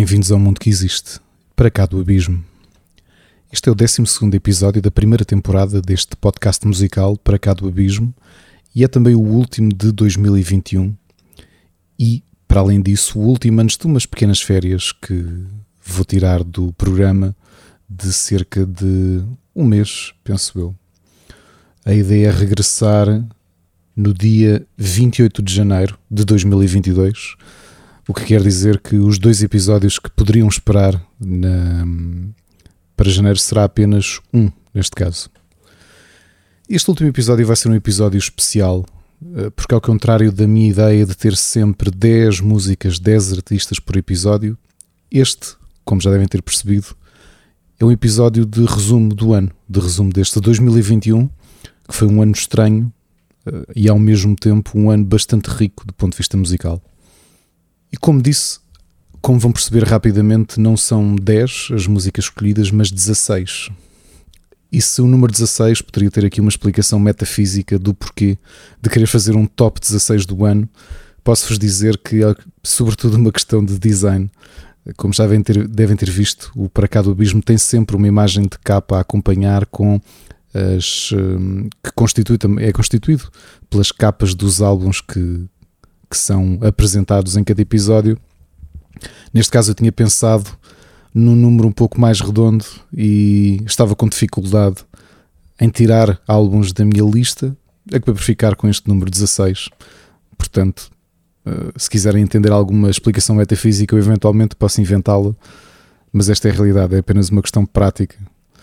Bem-vindos ao mundo que existe, para cá do abismo. Este é o 12º episódio da primeira temporada deste podcast musical Para cá do abismo e é também o último de 2021 e, para além disso, o último antes de umas pequenas férias que vou tirar do programa de cerca de um mês, penso eu. A ideia é regressar no dia 28 de janeiro de 2022, o que quer dizer que os 2 episódios que poderiam esperar para janeiro será apenas um, neste caso. Este último episódio vai ser um episódio especial, porque ao contrário da minha ideia de ter sempre 10 músicas, 10 artistas por episódio, este, como já devem ter percebido, é um episódio de resumo do ano, de resumo deste 2021, que foi um ano estranho e ao mesmo tempo um ano bastante rico do ponto de vista musical. E como disse, como vão perceber rapidamente, não são 10 as músicas escolhidas, mas 16. E se o número 16 poderia ter aqui uma explicação metafísica do porquê de querer fazer um top 16 do ano, posso-vos dizer que é sobretudo uma questão de design. Como já devem ter visto, o Para cá do abismo tem sempre uma imagem de capa a acompanhar com é constituído pelas capas dos álbuns que são apresentados em cada episódio. Neste caso eu tinha pensado num número um pouco mais redondo e estava com dificuldade em tirar álbuns da minha lista. Acabei por ficar com este número 16. Portanto, se quiserem entender alguma explicação metafísica, eu eventualmente posso inventá-la, mas esta é a realidade, é apenas uma questão prática.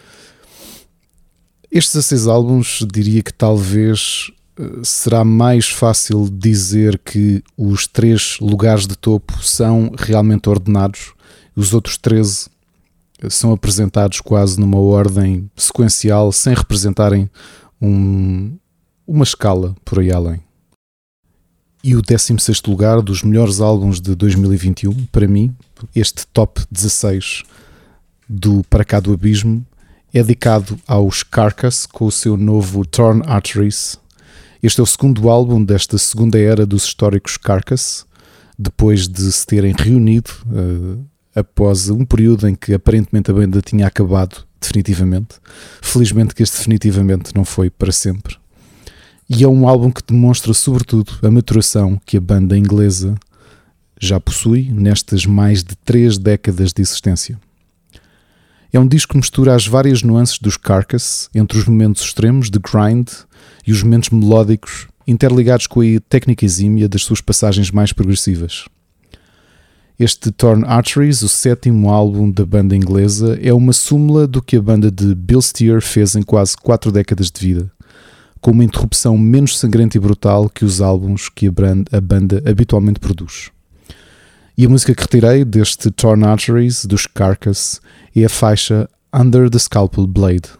Estes 16 álbuns, diria que talvez será mais fácil dizer que os 3 lugares de topo são realmente ordenados, os outros 13 são apresentados quase numa ordem sequencial, sem representarem uma escala por aí além. E o 16º lugar dos melhores álbuns de 2021, para mim, este top 16 do Para cá do abismo, é dedicado aos Carcass com o seu novo Torn Arteries. Este é o segundo álbum desta segunda era dos históricos Carcass, depois de se terem reunido após um período em que aparentemente a banda tinha acabado definitivamente. Felizmente que este definitivamente não foi para sempre. E é um álbum que demonstra sobretudo a maturação que a banda inglesa já possui nestas mais de 3 décadas de existência. É um disco que mistura as várias nuances dos Carcass entre os momentos extremos de grind e os momentos melódicos interligados com a técnica exímia das suas passagens mais progressivas. Este Torn Arteries, o 7º álbum da banda inglesa, é uma súmula do que a banda de Bill Steer fez em quase 4 décadas de vida, com uma interrupção menos sangrenta e brutal que os álbuns que a banda habitualmente produz. E a música que retirei deste Torn Arteries dos Carcass é a faixa Under the Scalpel Blade.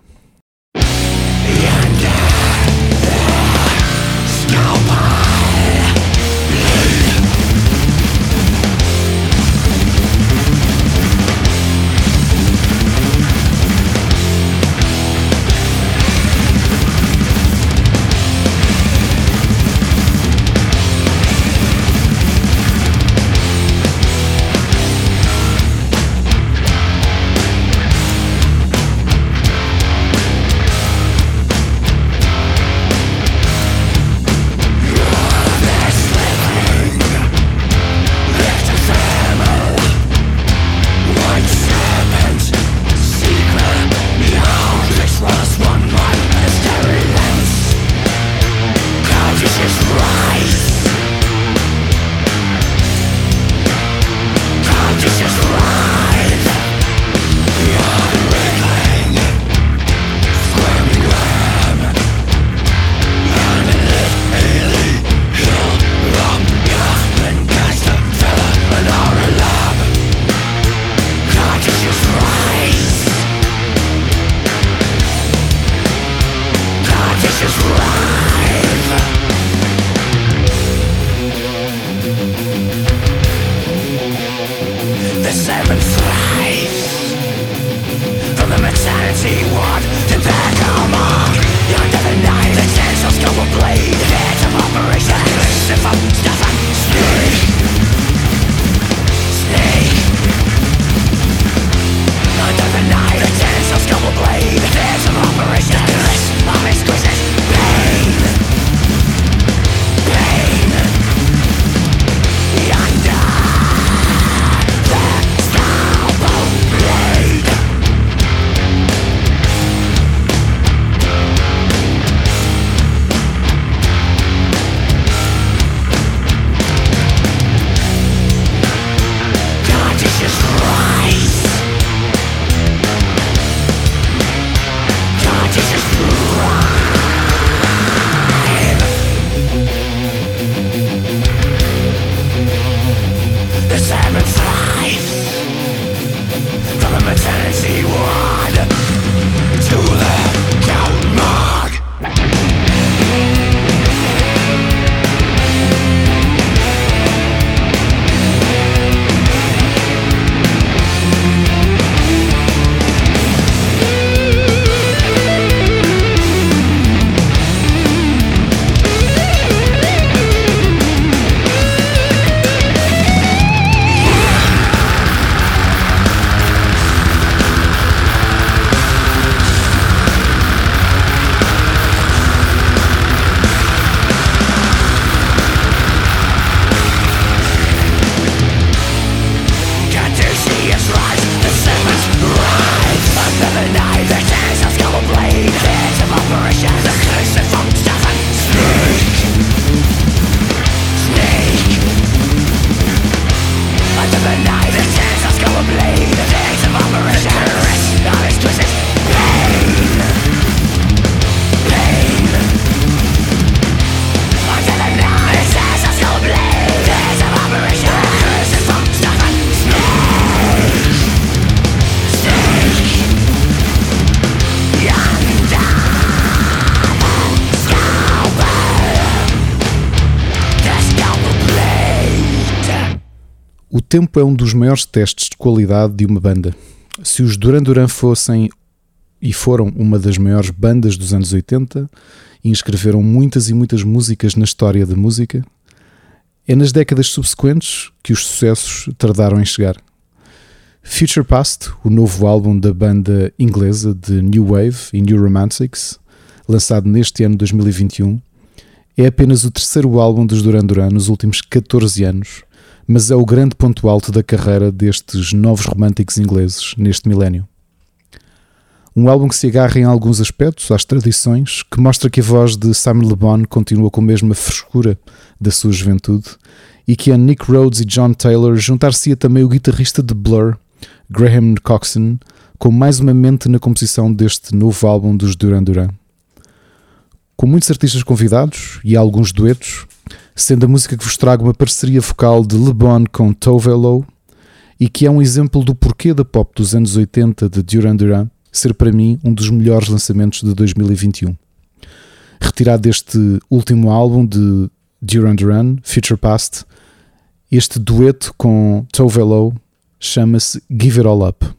O tempo é um dos maiores testes de qualidade de uma banda. Se os Duran Duran fossem e foram uma das maiores bandas dos anos 80 e escreveram muitas e muitas músicas na história da música, é nas décadas subsequentes que os sucessos tardaram em chegar. Future Past, o novo álbum da banda inglesa de New Wave e New Romantics, lançado neste ano 2021, é apenas o terceiro álbum dos Duran Duran nos últimos 14 anos, mas é o grande ponto alto da carreira destes novos românticos ingleses neste milénio. Um álbum que se agarra em alguns aspectos às tradições, que mostra que a voz de Simon Le Bon continua com a mesma frescura da sua juventude e que a Nick Rhodes e John Taylor juntar-se-ia também o guitarrista de Blur, Graham Coxon, com mais uma mente na composição deste novo álbum dos Duran Duran. Com muitos artistas convidados e alguns duetos, sendo a música que vos trago uma parceria vocal de Le Bon com Tove Lo, e que é um exemplo do porquê da pop dos anos 80 de Duran Duran ser para mim um dos melhores lançamentos de 2021. Retirado deste último álbum de Duran Duran, Future Past, este dueto com Tove Lo chama-se Give It All Up.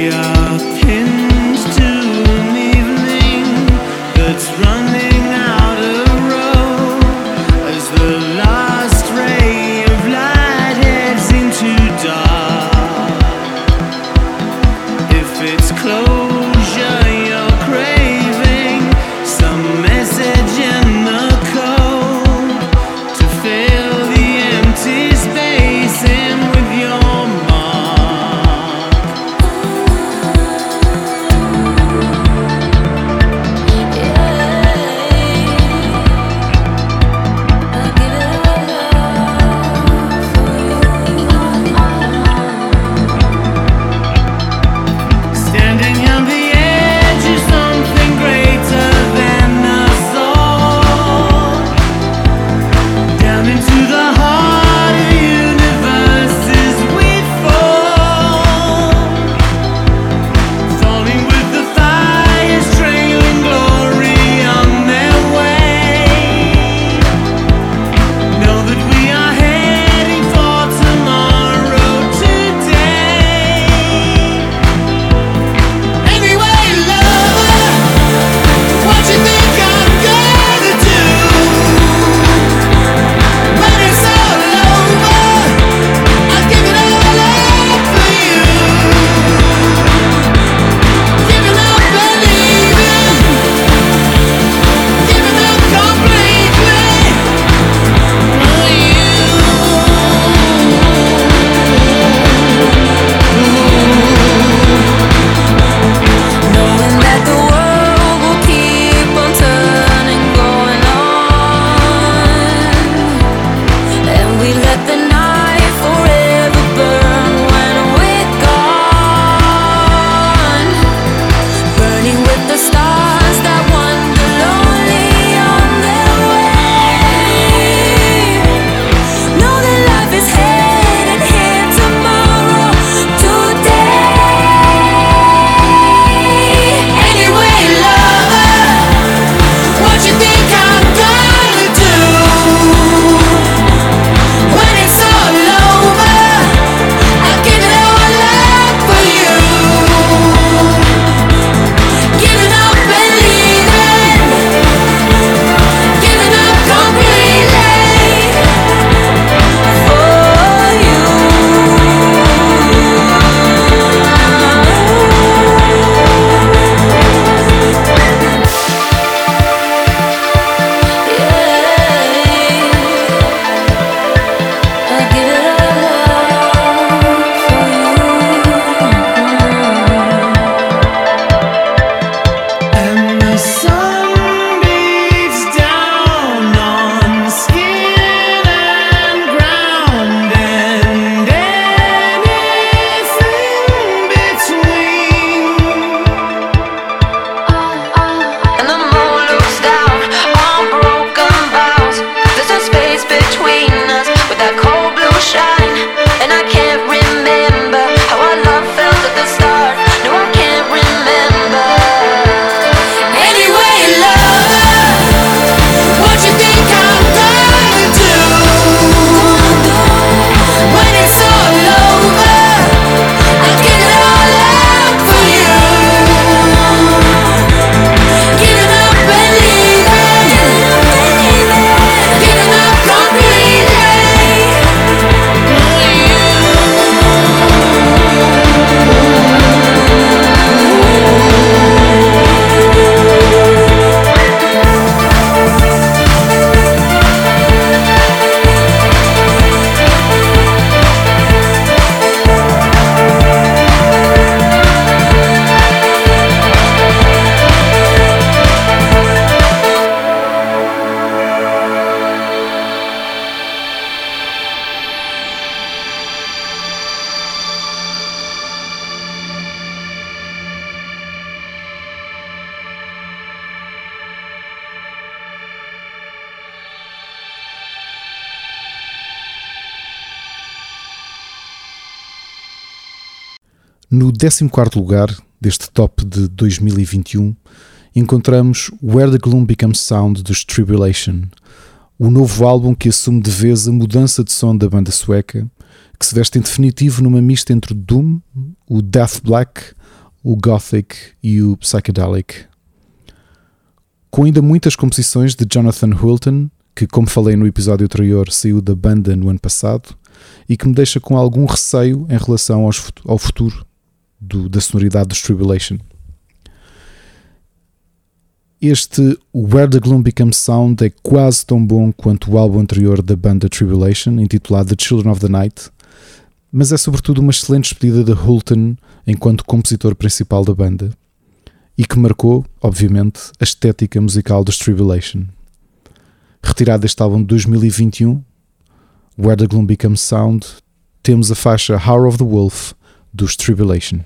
Running out No 14º lugar deste top de 2021 encontramos Where the Gloom Becomes Sound dos Tribulation, o novo álbum que assume de vez a mudança de som da banda sueca, que se veste em definitivo numa mista entre o Doom, o Death Black, o Gothic e o Psychedelic. Com ainda muitas composições de Jonathan Hulton, que, como falei no episódio anterior, saiu da banda no ano passado e que me deixa com algum receio em relação ao futuro da sonoridade dos Tribulation. Este Where the Gloom Becomes Sound é quase tão bom quanto o álbum anterior da banda Tribulation, intitulado The Children of the Night, mas é sobretudo uma excelente despedida de Hulton enquanto compositor principal da banda e que marcou, obviamente, a estética musical dos Tribulation. Retirado deste álbum de 2021, Where the Gloom Becomes Sound, temos a faixa Hour of the Wolf dos Tribulation.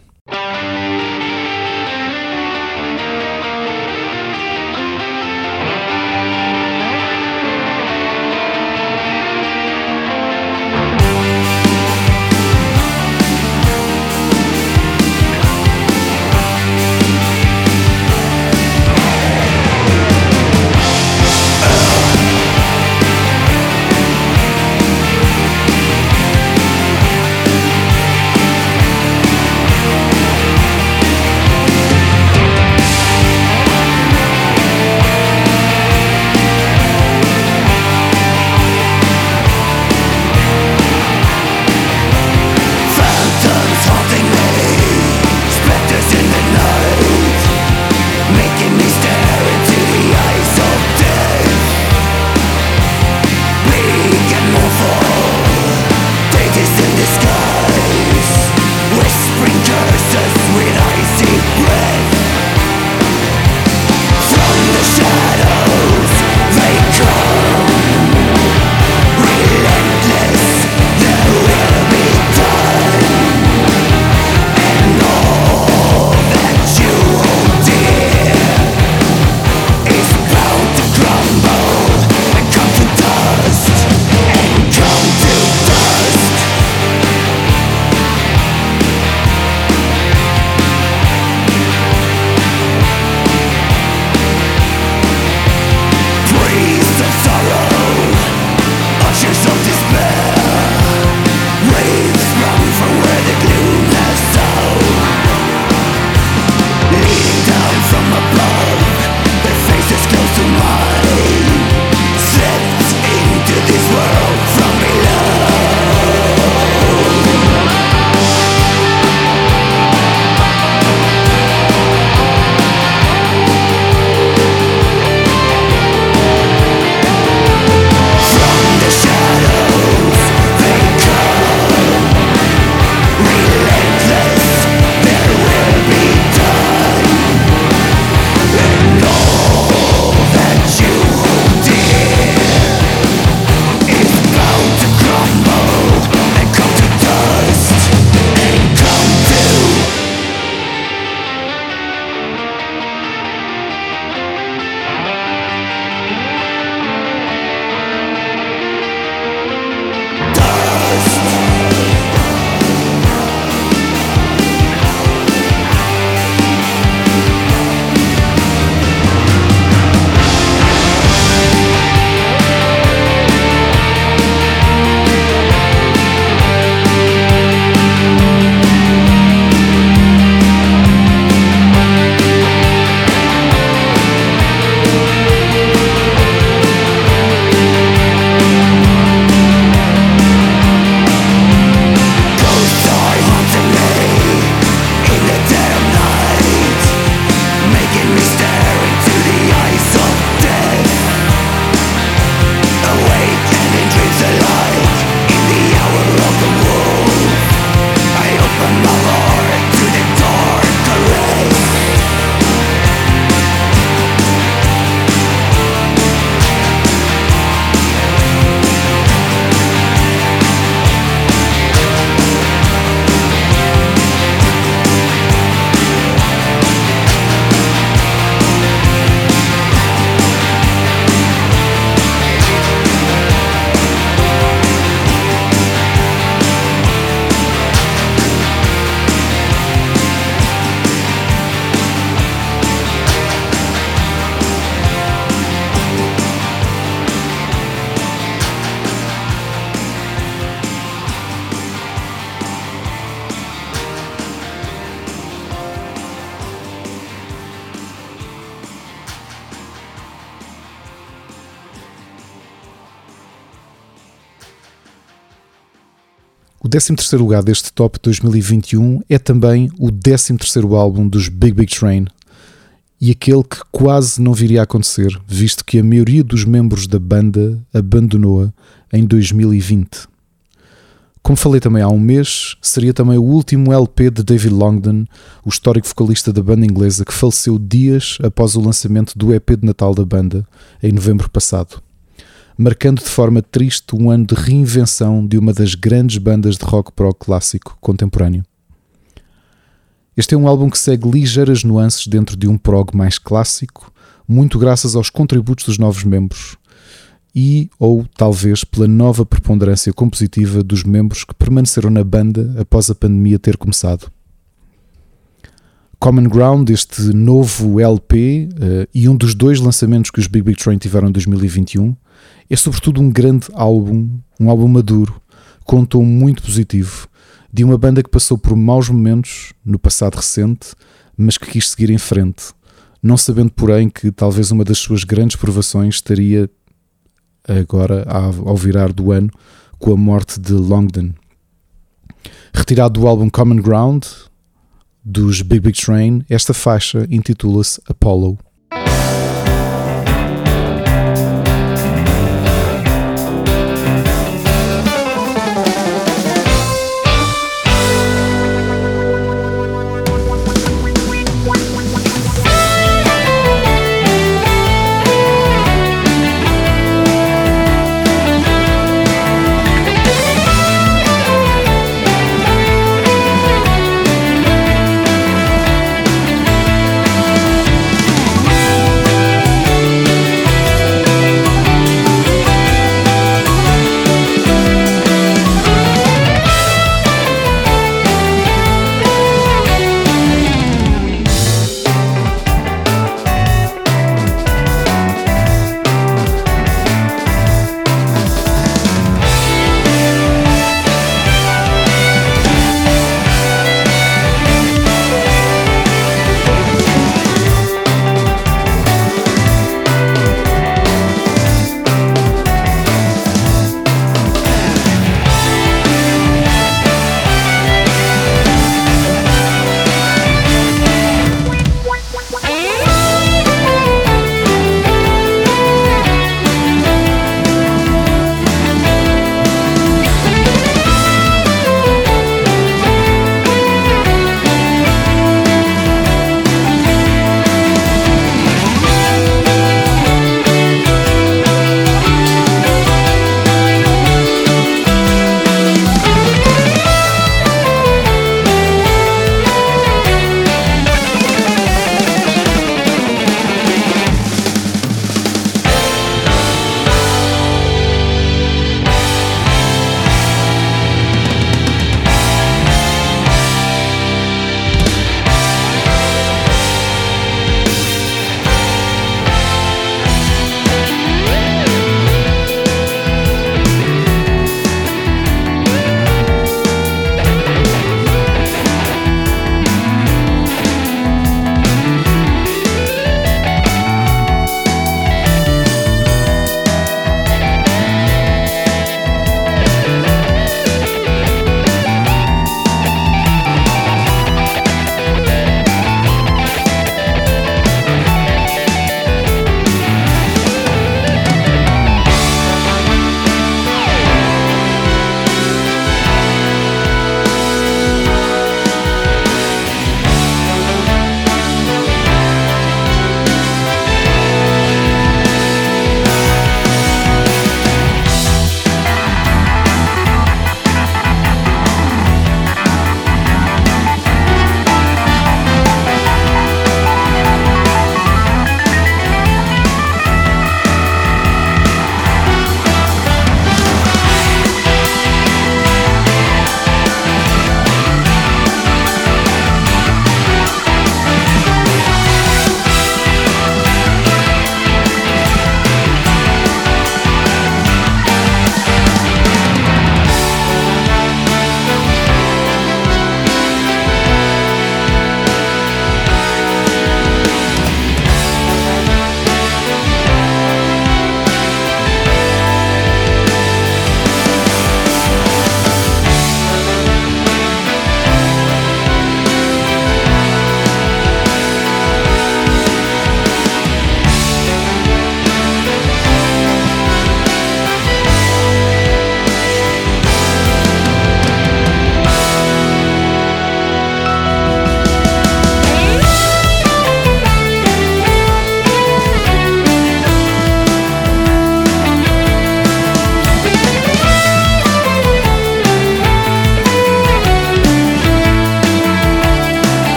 O 13º lugar deste Top 2021 é também o 13º álbum dos Big Big Train e aquele que quase não viria a acontecer, visto que a maioria dos membros da banda abandonou-a em 2020. Como falei também há um mês, seria também o último LP de David Longdon, o histórico vocalista da banda inglesa que faleceu dias após o lançamento do EP de Natal da banda, em novembro passado, marcando de forma triste um ano de reinvenção de uma das grandes bandas de rock prog clássico contemporâneo. Este é um álbum que segue ligeiras nuances dentro de um prog mais clássico, muito graças aos contributos dos novos membros e, ou talvez, pela nova preponderância compositiva dos membros que permaneceram na banda após a pandemia ter começado. Common Ground, este novo LP e um dos 2 lançamentos que os Big Big Train tiveram em 2021, é sobretudo um grande álbum, um álbum maduro, com um tom muito positivo, de uma banda que passou por maus momentos no passado recente, mas que quis seguir em frente, não sabendo, porém, que talvez uma das suas grandes provações estaria agora, ao virar do ano, com a morte de Longdon. Retirado do álbum Common Ground, dos Big Big Train, esta faixa intitula-se Apollo.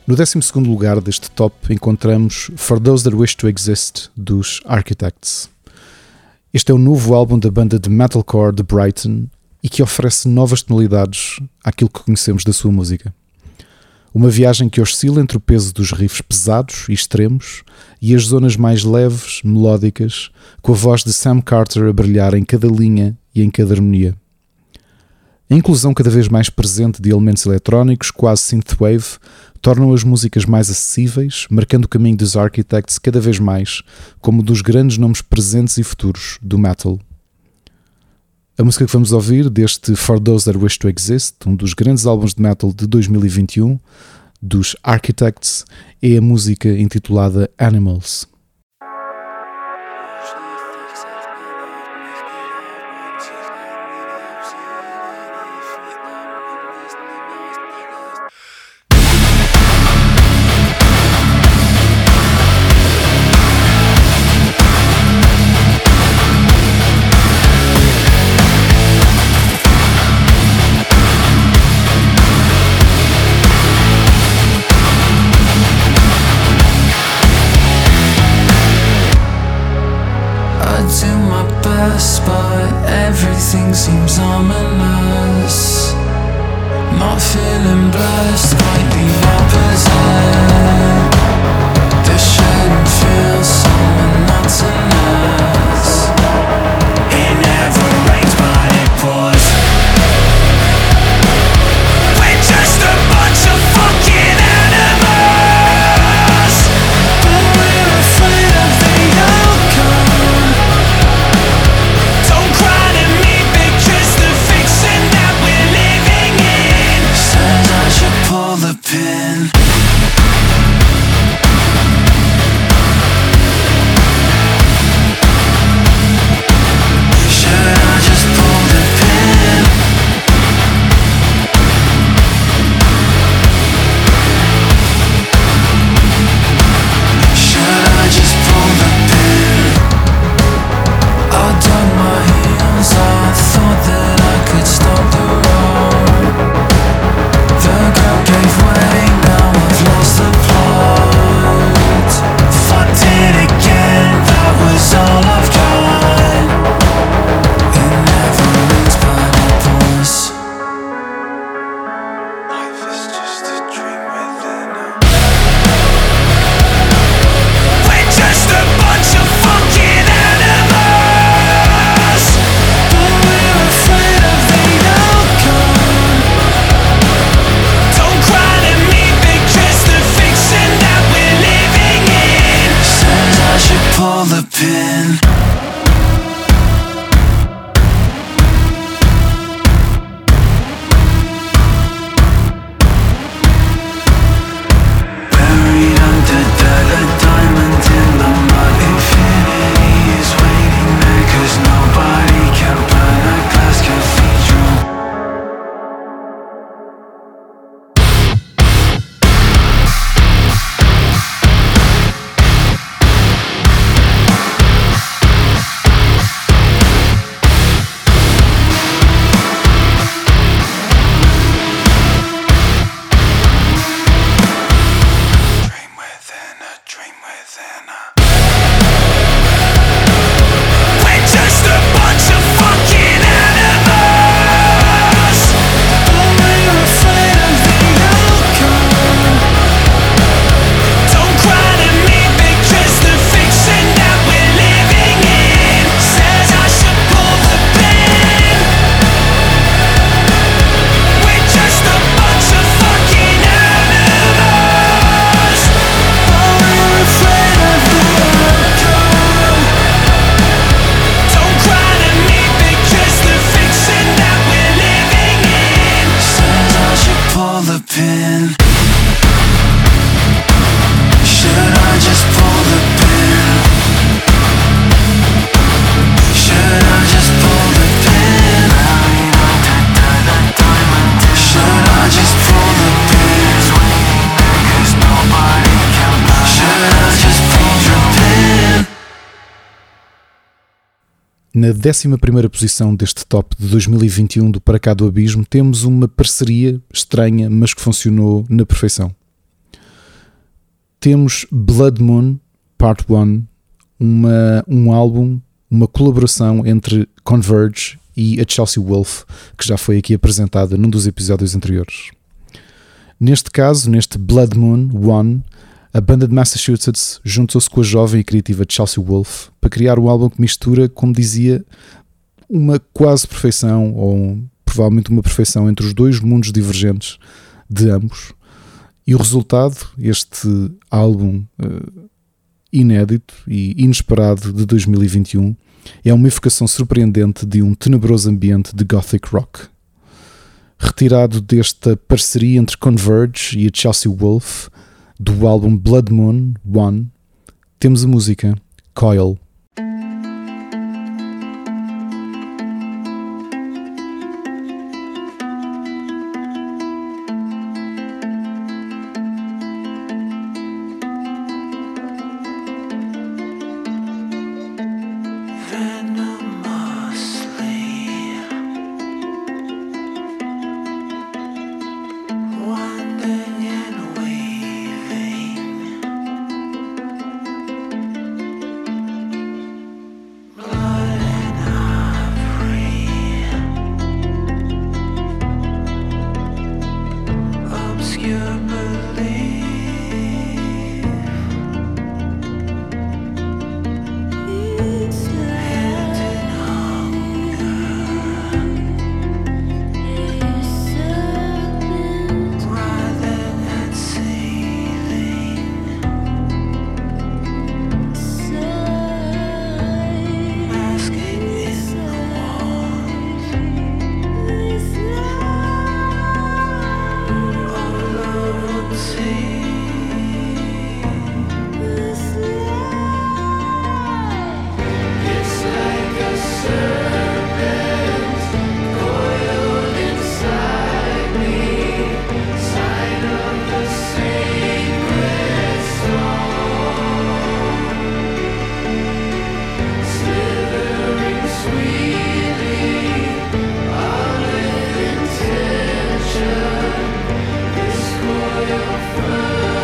No 12º lugar deste top encontramos For Those That Wish to Exist, dos Architects. Este é o novo álbum da banda de metalcore de Brighton e que oferece novas tonalidades àquilo que conhecemos da sua música. Uma viagem que oscila entre o peso dos riffs pesados e extremos e as zonas mais leves, melódicas, com a voz de Sam Carter a brilhar em cada linha e em cada harmonia. A inclusão cada vez mais presente de elementos eletrónicos, quase synthwave, tornam as músicas mais acessíveis, marcando o caminho dos Architects cada vez mais como dos grandes nomes presentes e futuros do metal. A música que vamos ouvir deste For Those That Wish to Exist, um dos grandes álbuns de metal de 2021, dos Architects, é a música intitulada Animals. But everything seems ominous. Not feeling blessed, quite the opposite. This shouldn't feel so monotonous. It never rains but it pours. We're just a bunch of fucking animals, but we're afraid of the outcome. Don't cry to me because the fiction that we're living in says I should pull the pin. Should I just pull the pin? Should I just pull the pin? I dug my heels, I thought that I could stop the road. The girl gave way, now I've lost the plot. Fucked it again, that was all I've got. It never ends but it pours. Life is just a dream within a. We're just a bunch of fucking animals, but we're afraid of the outcome. Don't cry to me because the fiction that we're living in says I should pull the pin. Buried under dirt, a diamond in the mud. Infinity is waiting there 'cause nobody can burn a glass cathedral. Dream within a dream within a. We're just a bunch of fucking animals, but we're afraid of the outcome. Don't cry to me because the fiction that we're living in says I should pull the pin. We're just a bunch of fucking animals, but we're afraid of the outcome. Don't cry to me because the fiction that we're living in says I should pull the pin. Should I just pull the pin? Should I just pull the pin? Should I just pull the pin? Should I just pull the pin? Na 11ª posição deste top de 2021 do Para Cá do Abismo temos uma parceria estranha, mas que funcionou na perfeição. temos Blood Moon Part 1, um álbum, uma colaboração entre Converge e a Chelsea Wolfe, que já foi aqui apresentada num dos episódios anteriores. Neste caso, neste Blood Moon 1, a banda de Massachusetts juntou-se com a jovem e criativa Chelsea Wolfe para criar um álbum que mistura, como dizia, uma quase perfeição, ou provavelmente uma perfeição entre os dois mundos divergentes de ambos. E o resultado, este álbum inédito e inesperado de 2021, é uma evocação surpreendente de um tenebroso ambiente de gothic rock. Retirado desta parceria entre Converge e a Chelsea Wolfe, do álbum Blood Moon 1, temos a música Coil. Your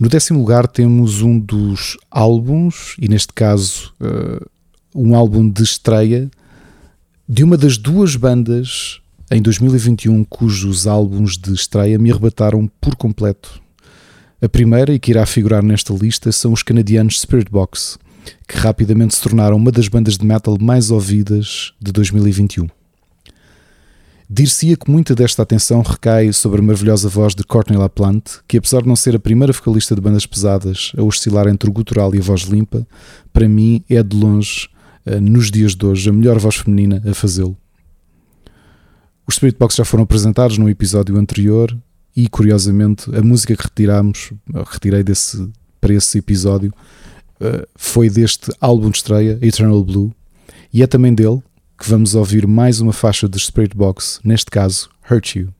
No 10º lugar temos um dos álbuns, e neste caso um álbum de estreia de uma das duas bandas em 2021 cujos álbuns de estreia me arrebataram por completo. A primeira, e que irá figurar nesta lista, são os canadianos Spiritbox, que rapidamente se tornaram uma das bandas de metal mais ouvidas de 2021. Dir-se-ia que muita desta atenção recai sobre a maravilhosa voz de Courtney LaPlante, que apesar de não ser a primeira vocalista de bandas pesadas a oscilar entre o gutural e a voz limpa, para mim é de longe, nos dias de hoje, a melhor voz feminina a fazê-lo. Os Spiritbox já foram apresentados no episódio anterior e, curiosamente, a música que retirei para esse episódio foi deste álbum de estreia, Eternal Blue, e é também dele que vamos ouvir mais uma faixa dos Spiritbox, neste caso, Hurt You.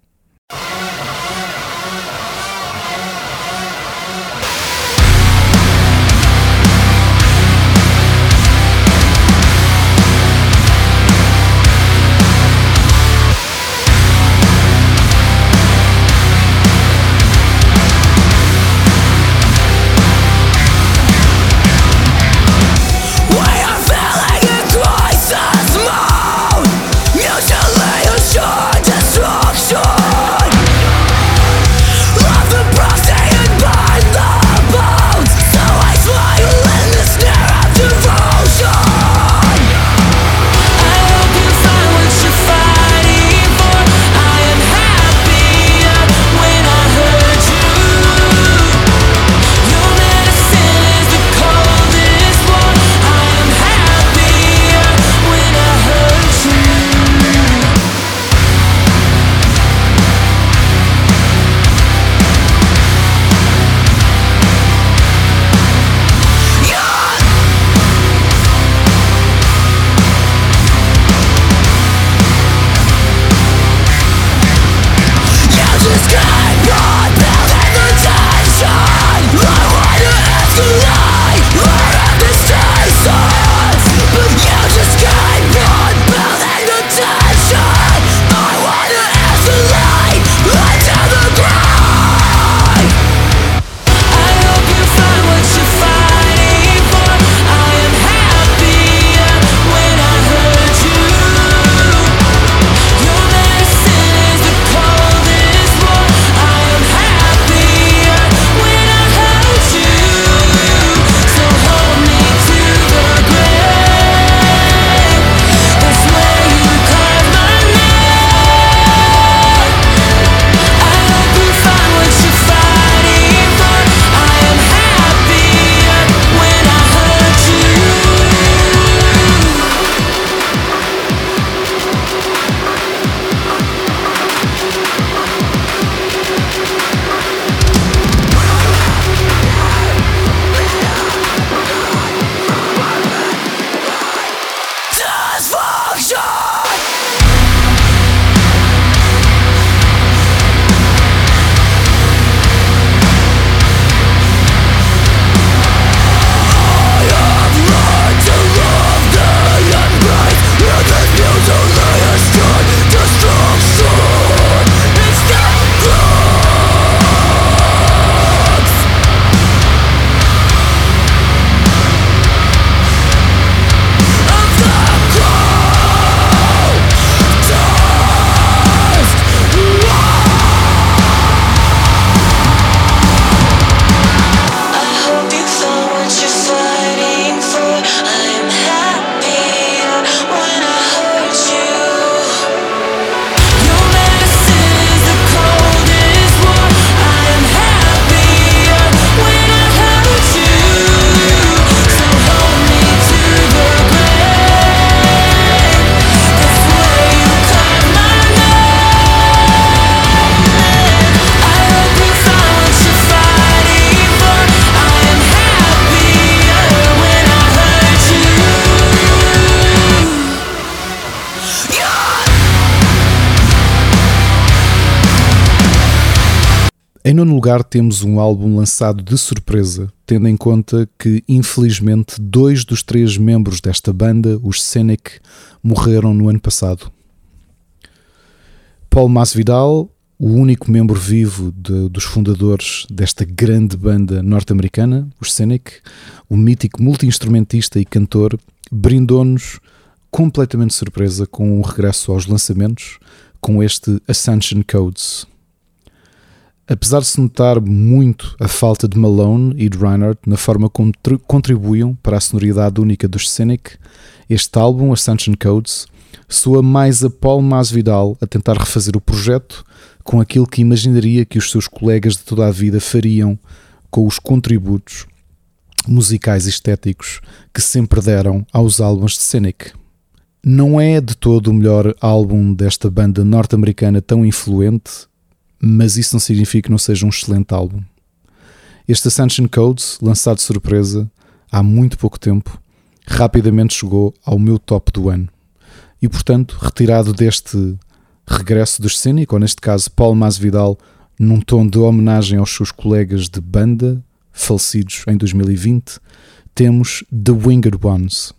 Em nono lugar temos um álbum lançado de surpresa, tendo em conta que, infelizmente, 2 dos 3 membros desta banda, os Scenic, morreram no ano passado. Paul Masvidal, o único membro vivo dos fundadores desta grande banda norte-americana, os Cynic, o mítico multi-instrumentista e cantor, brindou-nos completamente de surpresa com o regresso aos lançamentos, com este Ascension Codes. Apesar de se notar muito a falta de Malone e de Reinhardt na forma como contribuíam para a sonoridade única dos Cynic, este álbum, Ascension Codes, soa mais a Paul Masvidal a tentar refazer o projeto com aquilo que imaginaria que os seus colegas de toda a vida fariam com os contributos musicais e estéticos que sempre deram aos álbuns de Cynic. Não é de todo o melhor álbum desta banda norte-americana tão influente, mas isso não significa que não seja um excelente álbum. Este Ascension Codes, lançado de surpresa há muito pouco tempo, rapidamente chegou ao meu top do ano. E, portanto, retirado deste regresso dos Cynic, ou neste caso Paul Masvidal, num tom de homenagem aos seus colegas de banda, falecidos em 2020, temos The Winged Ones.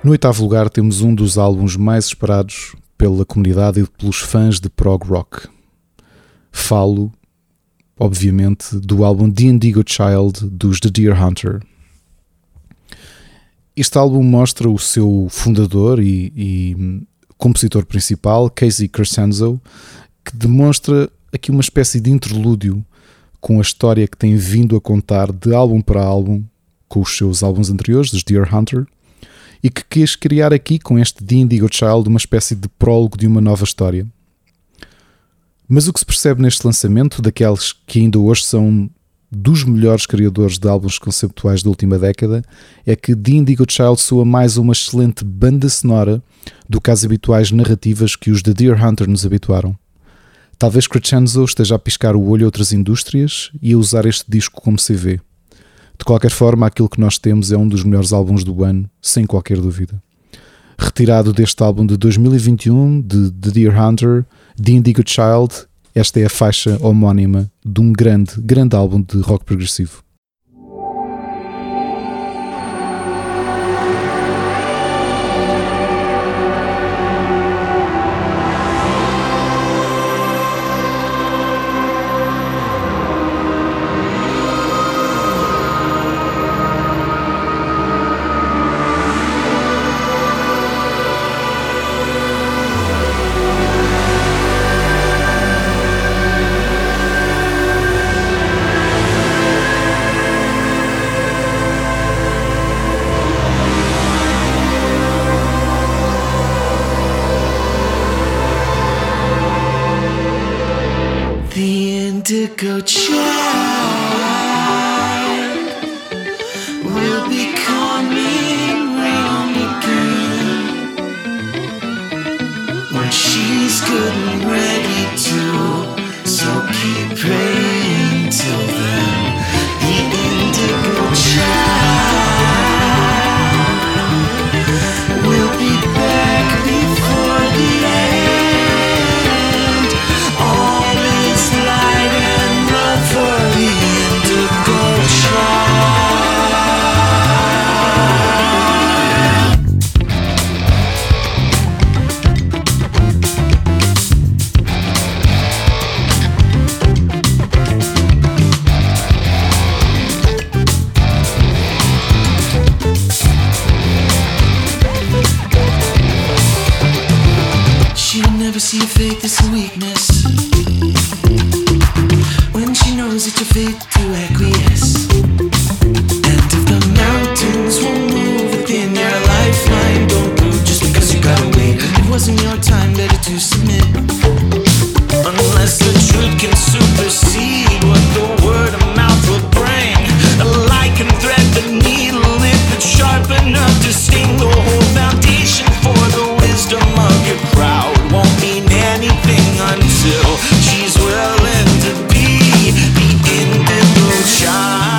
No 8º lugar temos um dos álbuns mais esperados pela comunidade e pelos fãs de prog rock. Falo, obviamente, do álbum The Indigo Child dos The Deer Hunter. Este álbum mostra o seu fundador e compositor principal, Casey Crescenzo, que demonstra aqui uma espécie de interlúdio com a história que tem vindo a contar de álbum para álbum com os seus álbuns anteriores, dos Deer Hunter, e que quis criar aqui com este The Indigo Child uma espécie de prólogo de uma nova história. Mas o que se percebe neste lançamento, daqueles que ainda hoje são dos melhores criadores de álbuns conceptuais da última década, é que The Indigo Child soa mais uma excelente banda sonora do que as habituais narrativas que os The Deer Hunter nos habituaram. Talvez Crescenzo esteja a piscar o olho a outras indústrias e a usar este disco como CV. De qualquer forma, aquilo que nós temos é um dos melhores álbuns do ano, sem qualquer dúvida. Retirado deste álbum de 2021, de The Deer Hunter, The Indigo Child, esta é a faixa homónima de um grande álbum de rock progressivo. Indigo child will be coming round again when she's good and ready to. So keep praying till then. The indigo child will be back before the end. All is light and love for the indigo child. She'll never see your faith as a weakness when she knows it's your fate to acquiesce. And if the mountains won't move within your lifeline, don't move just because you gotta wait. It wasn't your time, better to submit. Unless the truth can supersede what the word of mouth will bring. A light can thread the needle if it's sharp enough to sting. The whole foundation for the wisdom of your crowd won't mean anything until she's willing to be the indigo child.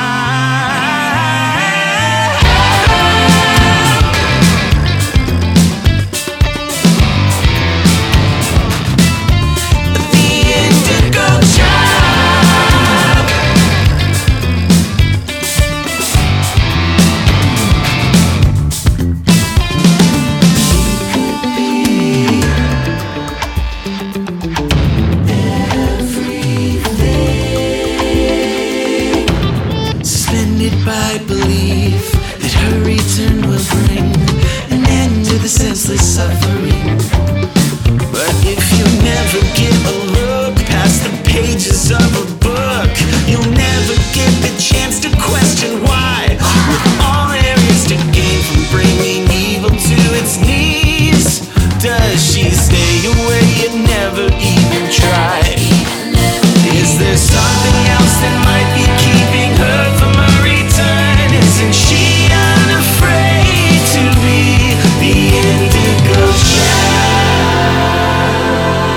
The indigo child. Suspended by belief that her return will bring an end to the senseless suffering. But if you never get a look past the pages of a book, you'll never get the chance to question why. With all there is to gain from bringing evil to its knees, does she stay away and never even try? Is there something else that might be keeping her from a return? Isn't she unafraid to be the indigo child?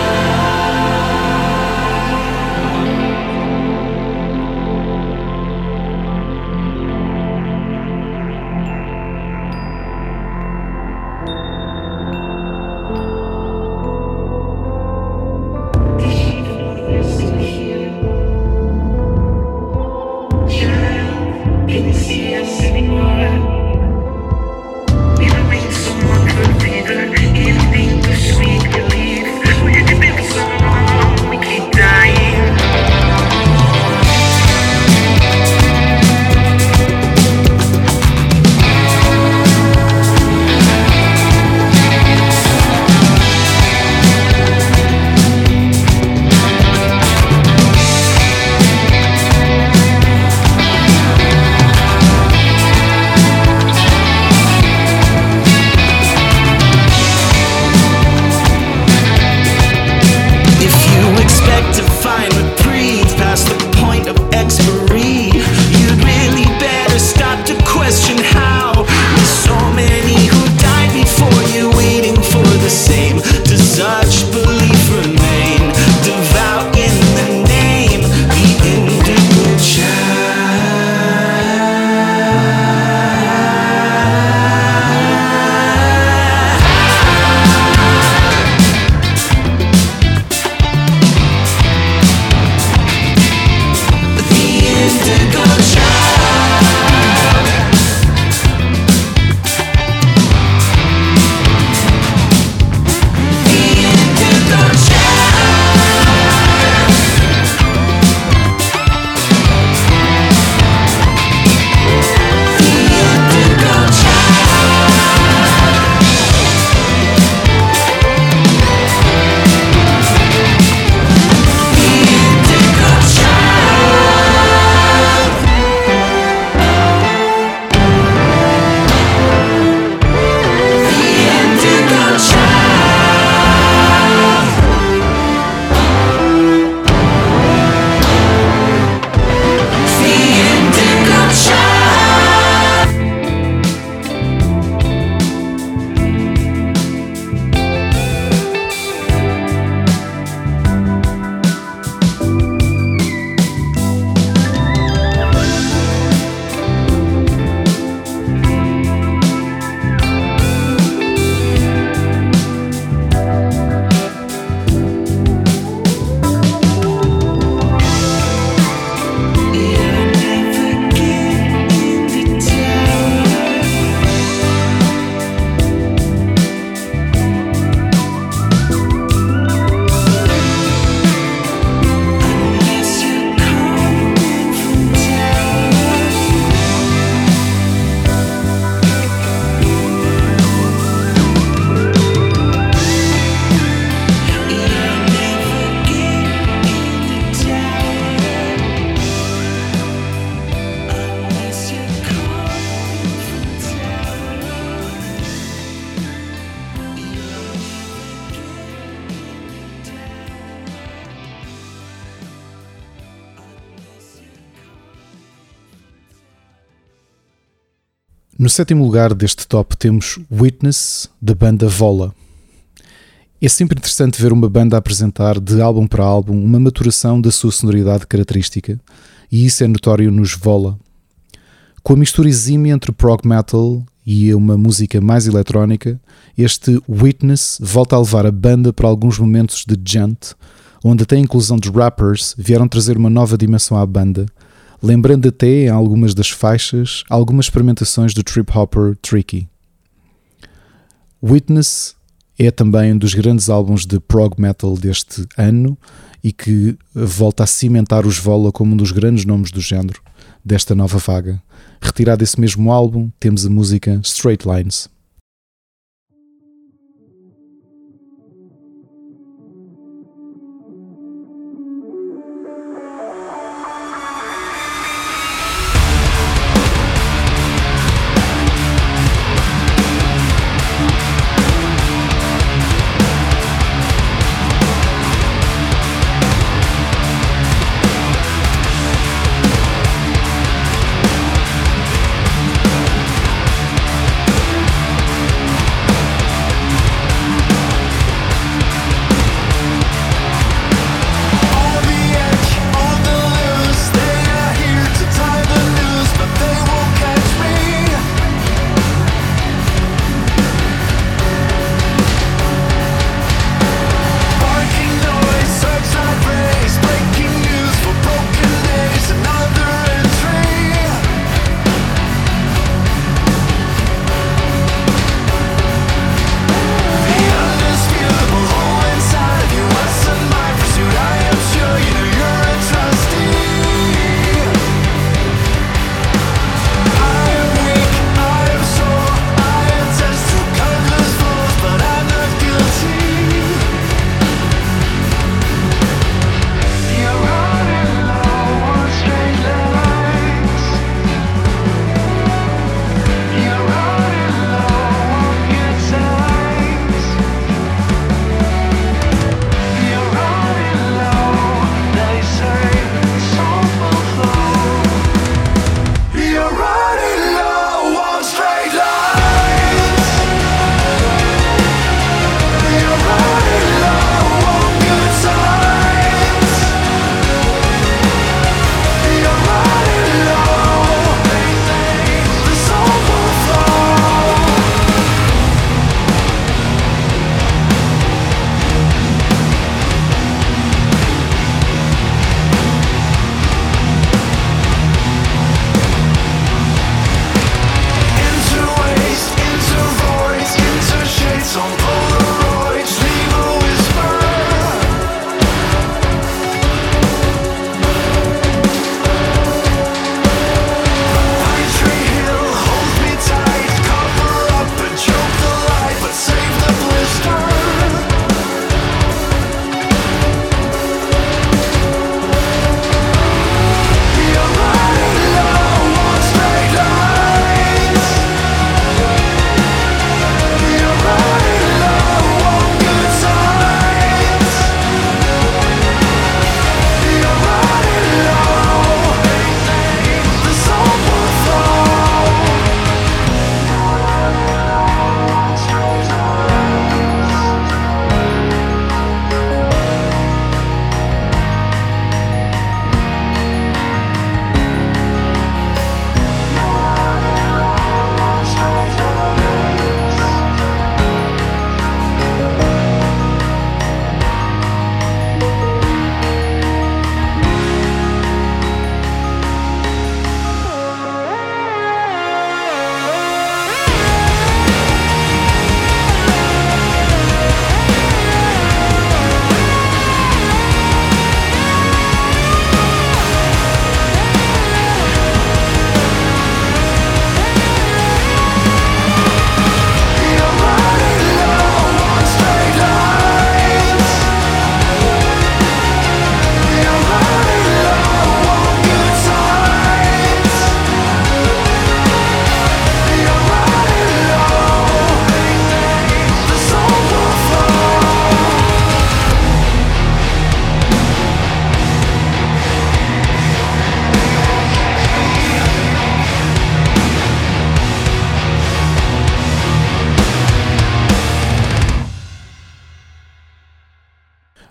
No sétimo lugar deste top temos Witness, da banda Vola. É sempre interessante ver uma banda apresentar de álbum para álbum uma maturação da sua sonoridade característica, e isso é notório nos Vola. Com a mistura exímia entre prog metal e uma música mais eletrónica, este Witness volta a levar a banda para alguns momentos de djent, onde até a inclusão de rappers vieram trazer uma nova dimensão à banda, lembrando até em algumas das faixas algumas experimentações do trip-hopper Tricky. Witness é também um dos grandes álbuns de prog metal deste ano e que volta a cimentar os Vola como um dos grandes nomes do género desta nova vaga. Retirado desse mesmo álbum, temos a música Straight Lines.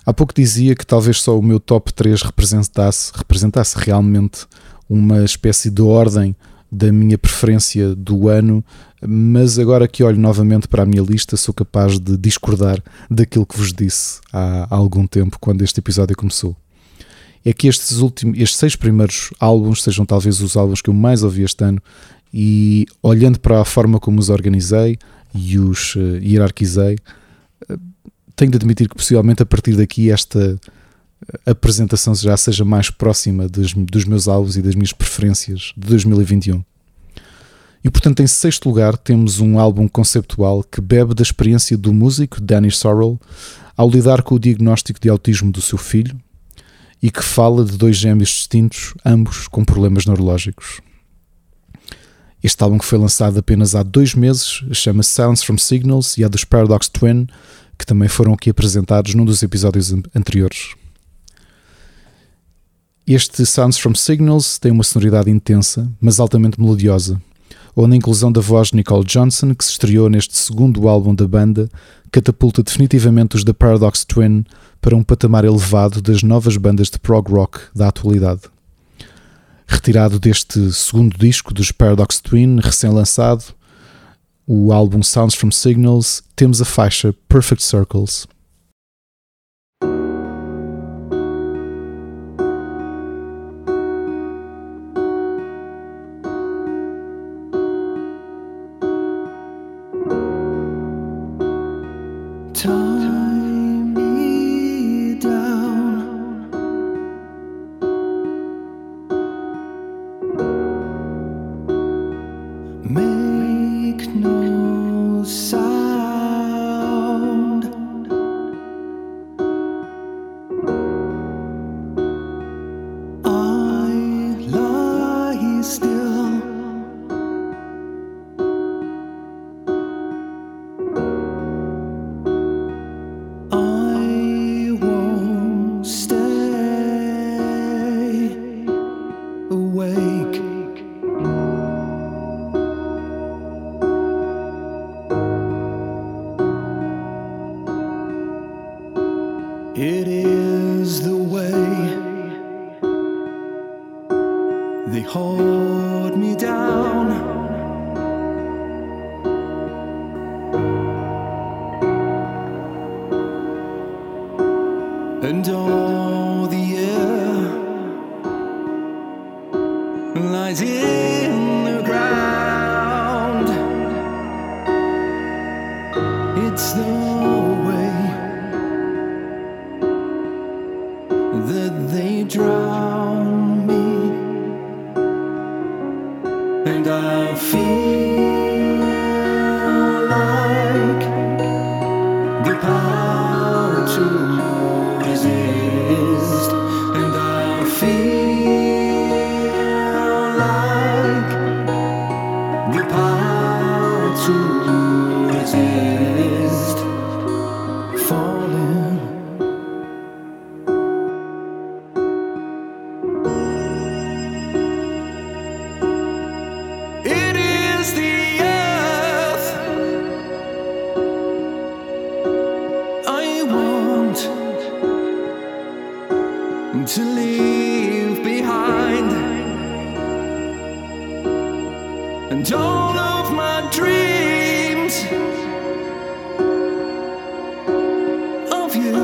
Há pouco dizia que talvez só o meu top 3 representasse realmente uma espécie de ordem da minha preferência do ano, mas agora que olho novamente para a minha lista sou capaz de discordar daquilo que vos disse há algum tempo, quando este episódio começou. É que estes 6 primeiros álbuns sejam talvez os álbuns que eu mais ouvi este ano, e olhando para a forma como os organizei e os hierarquizei, tenho de admitir que possivelmente a partir daqui esta apresentação já seja mais próxima dos meus álbuns e das minhas preferências de 2021. E portanto, em sexto lugar, temos um álbum conceptual que bebe da experiência do músico Danny Sorrell ao lidar com o diagnóstico de autismo do seu filho e que fala de 2 gêmeos distintos, ambos com problemas neurológicos. Este álbum, que foi lançado apenas há 2 meses, chama-se Sounds from Signals e é dos Paradox Twin, que também foram aqui apresentados num dos episódios anteriores. Este Sounds from Signals tem uma sonoridade intensa, mas altamente melodiosa, onde a inclusão da voz de Nicole Johnson, que se estreou neste segundo álbum da banda, catapulta definitivamente os The Paradox Twin para um patamar elevado das novas bandas de prog rock da atualidade. Retirado deste segundo disco dos Paradox Twin, recém-lançado, o álbum Sounds from Signals, temos a faixa Perfect Circles. It is the way they hold me down, and all the air lies in the ground. It's the that they drown me, and I feel like the power to resist, and I feel like the power to resist, falling. To leave behind, and all of my dreams of you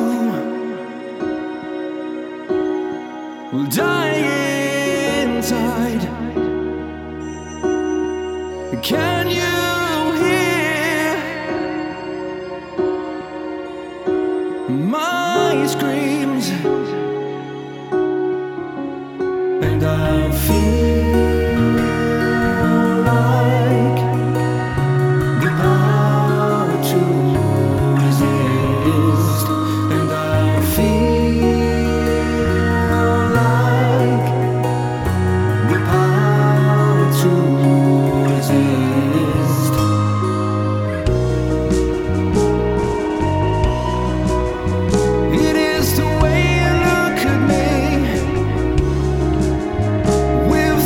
will die inside. Can you hear my screams? And I feel like the power to resist, and I feel like the power to resist. It is the way you look at me. With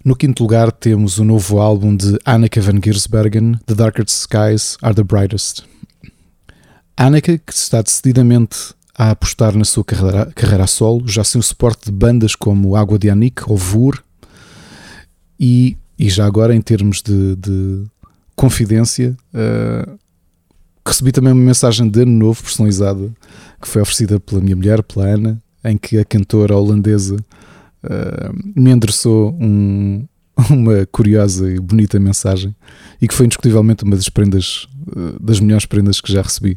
No quinto lugar temos o novo álbum de Anneke van Giersbergen, The Darker Skies Are the Brightest. Anneke, que está decididamente a apostar na sua carreira a solo, já sem o suporte de bandas como Água de Annick ou Vur, e já agora em termos de confidência, recebi também uma mensagem de ano novo personalizada que foi oferecida pela minha mulher, pela Ana, em que a cantora holandesa me endereçou uma curiosa e bonita mensagem e que foi indiscutivelmente uma das melhores prendas que já recebi.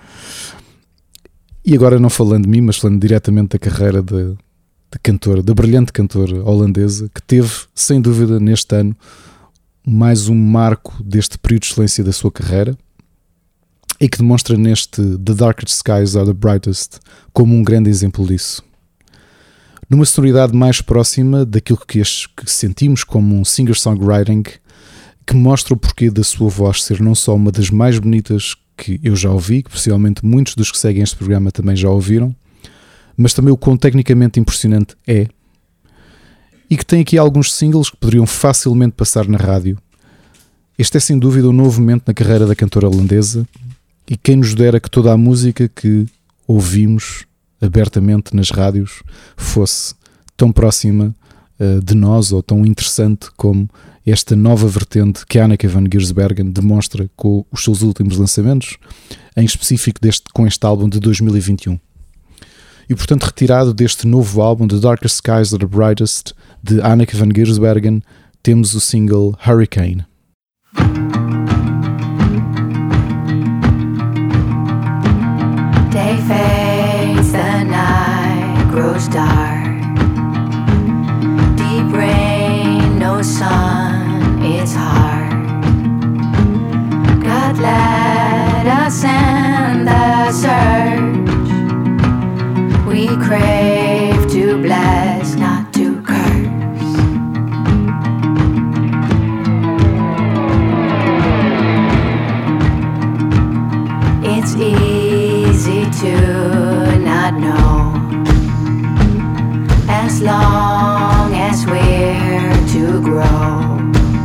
E agora, não falando de mim, mas falando diretamente da carreira da brilhante cantora holandesa, que teve, sem dúvida, neste ano mais um marco deste período de excelência da sua carreira e que demonstra neste The Darker Skies Are the Brightest como um grande exemplo disso. Numa sonoridade mais próxima daquilo que sentimos como um singer-songwriting, que mostra o porquê da sua voz ser não só uma das mais bonitas que eu já ouvi, que possivelmente muitos dos que seguem este programa também já ouviram, mas também o quão tecnicamente impressionante é, e que tem aqui alguns singles que poderiam facilmente passar na rádio. Este é sem dúvida um novo momento na carreira da cantora holandesa, e quem nos dera que toda a música que ouvimos abertamente nas rádios fosse tão próxima de nós ou tão interessante como esta nova vertente que a Anneke van Giersbergen demonstra com os seus últimos lançamentos, em específico com este álbum de 2021. E portanto, retirado deste novo álbum The Darker Skies Are the Brightest de Anneke van Giersbergen, temos o single Hurricane. Day fades, the night grows dark. Deep rain, no sun, it's hard. God let us end the search. We crave to bless, not to curse. It's easy to not know, as long as we're to grow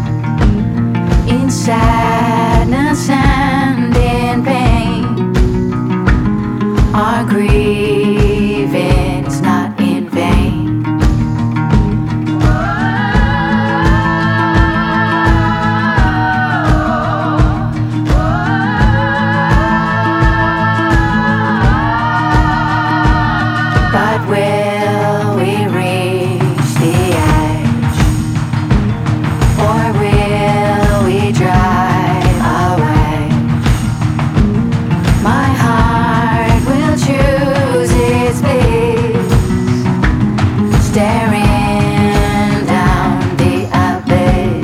in sadness and in pain. Our grieving is not in vain. But will we reach the edge, or will we drive away? My heart will choose its peace, staring down the abyss.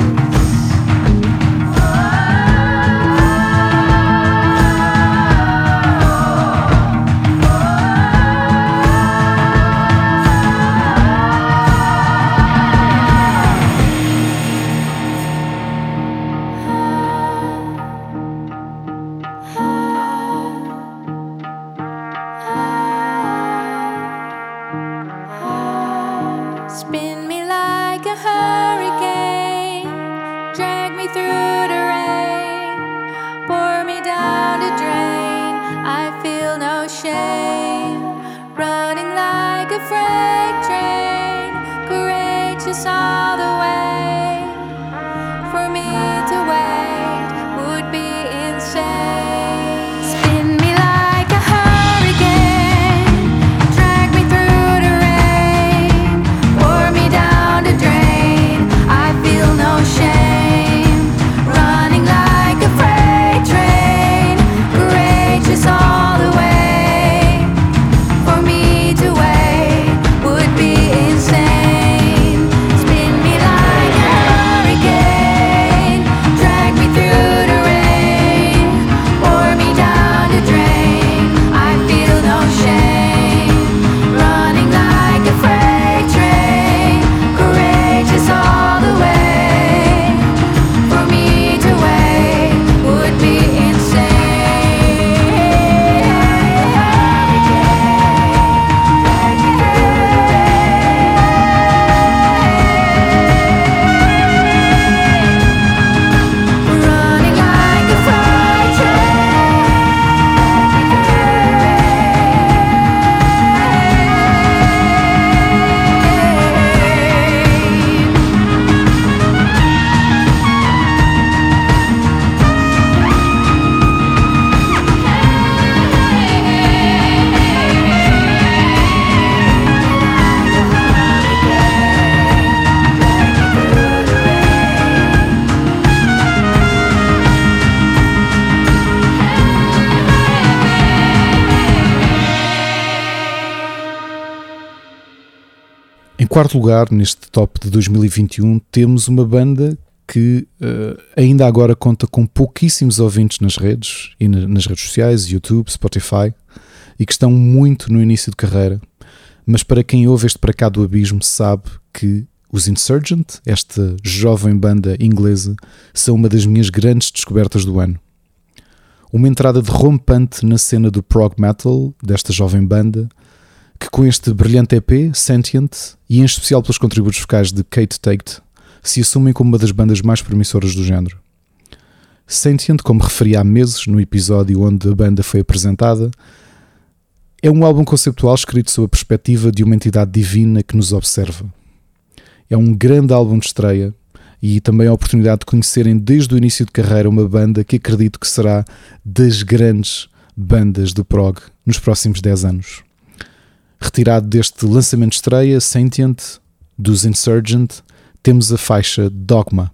Spin me like a hurricane, drag me through the rain, pour me down the drain. I feel no shame, running like a freight train, courageous all the way. For me to wait would be insane. Spin me like a hurricane, drag me through the rain, pour me down the drain. I feel no shame, running like a freight train, courageous all the way. For me to wait would be insane. Spin me like quarto lugar, neste top de 2021, temos uma banda que ainda agora conta com pouquíssimos ouvintes nas redes e nas redes sociais, YouTube, Spotify, e que estão muito no início de carreira. Mas para quem ouve este Para Cá do Abismo sabe que os Insurgent, esta jovem banda inglesa, são uma das minhas grandes descobertas do ano. Uma entrada derrompante na cena do prog metal desta jovem banda, que com este brilhante EP, Sentient, e em especial pelos contributos vocais de Kate Tate, se assumem como uma das bandas mais promissoras do género. Sentient, como referi há meses no episódio onde a banda foi apresentada, é um álbum conceptual escrito sob a perspectiva de uma entidade divina que nos observa. É um grande álbum de estreia e também a oportunidade de conhecerem desde o início de carreira uma banda que acredito que será das grandes bandas do prog nos próximos 10 anos. Retirado deste lançamento de estreia, Sentient, dos Insurgent, temos a faixa Dogma.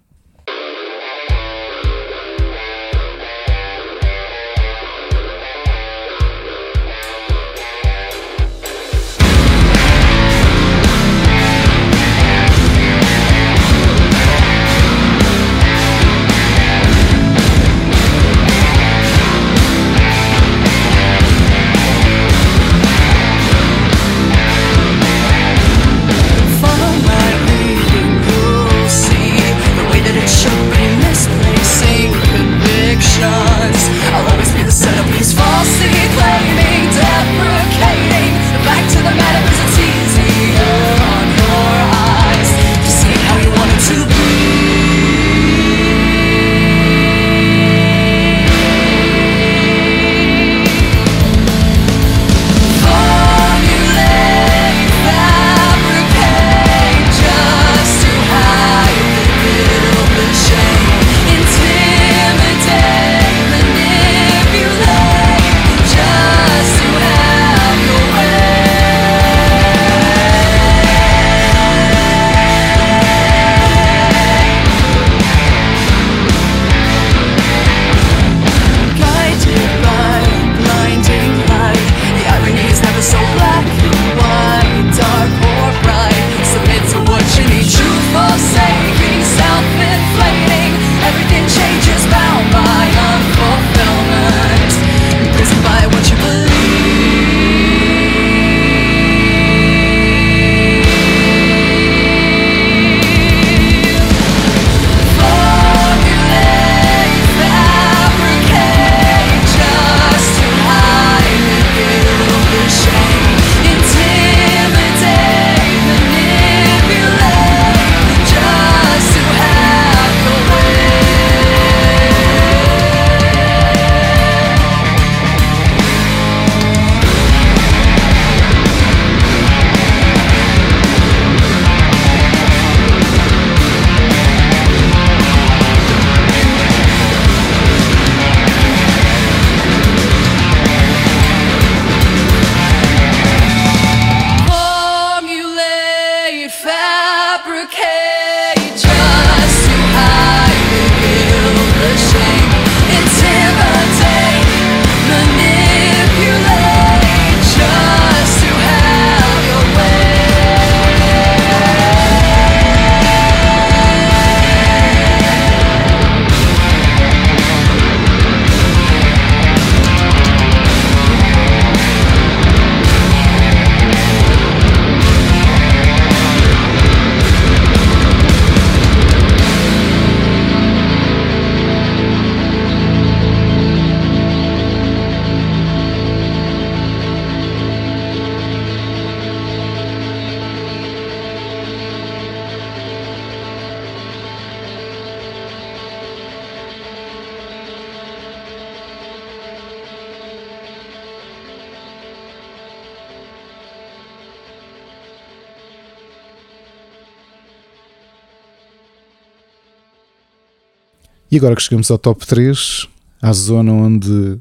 E agora que chegamos ao top 3, à zona onde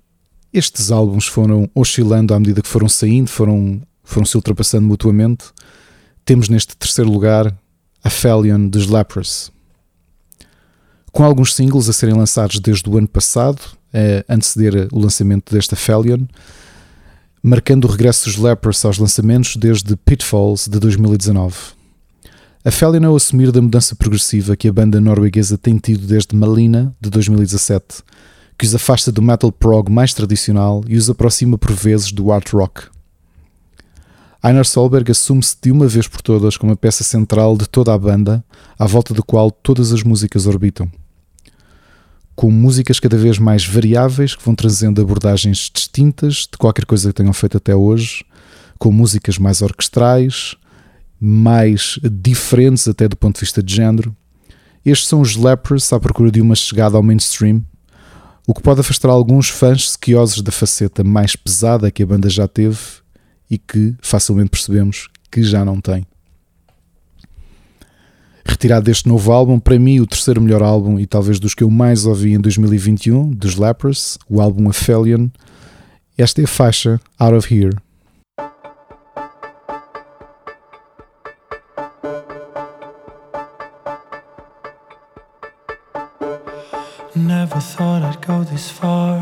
estes álbuns foram oscilando à medida que foram saindo, foram se ultrapassando mutuamente, temos neste terceiro lugar Aphelion dos Leprous. Com alguns singles a serem lançados desde o ano passado, a anteceder o lançamento deste Aphelion, marcando o regresso dos Lepers aos lançamentos desde Pitfalls de 2019. A Felion ao assumir da mudança progressiva que a banda norueguesa tem tido desde Malina de 2017, que os afasta do metal prog mais tradicional e os aproxima por vezes do art rock. Einar Solberg assume-se de uma vez por todas como a peça central de toda a banda, à volta do qual todas as músicas orbitam. Com músicas cada vez mais variáveis que vão trazendo abordagens distintas de qualquer coisa que tenham feito até hoje, com músicas mais orquestrais, mais diferentes até do ponto de vista de género. Estes são os Lepers à procura de uma chegada ao mainstream, o que pode afastar alguns fãs sequiosos da faceta mais pesada que a banda já teve e que facilmente percebemos que já não tem. Retirado deste novo álbum, para mim o terceiro melhor álbum e talvez dos que eu mais ouvi em 2021, dos Lepers, o álbum A Felion. Esta é a faixa Out of Here. Never thought I'd go this far,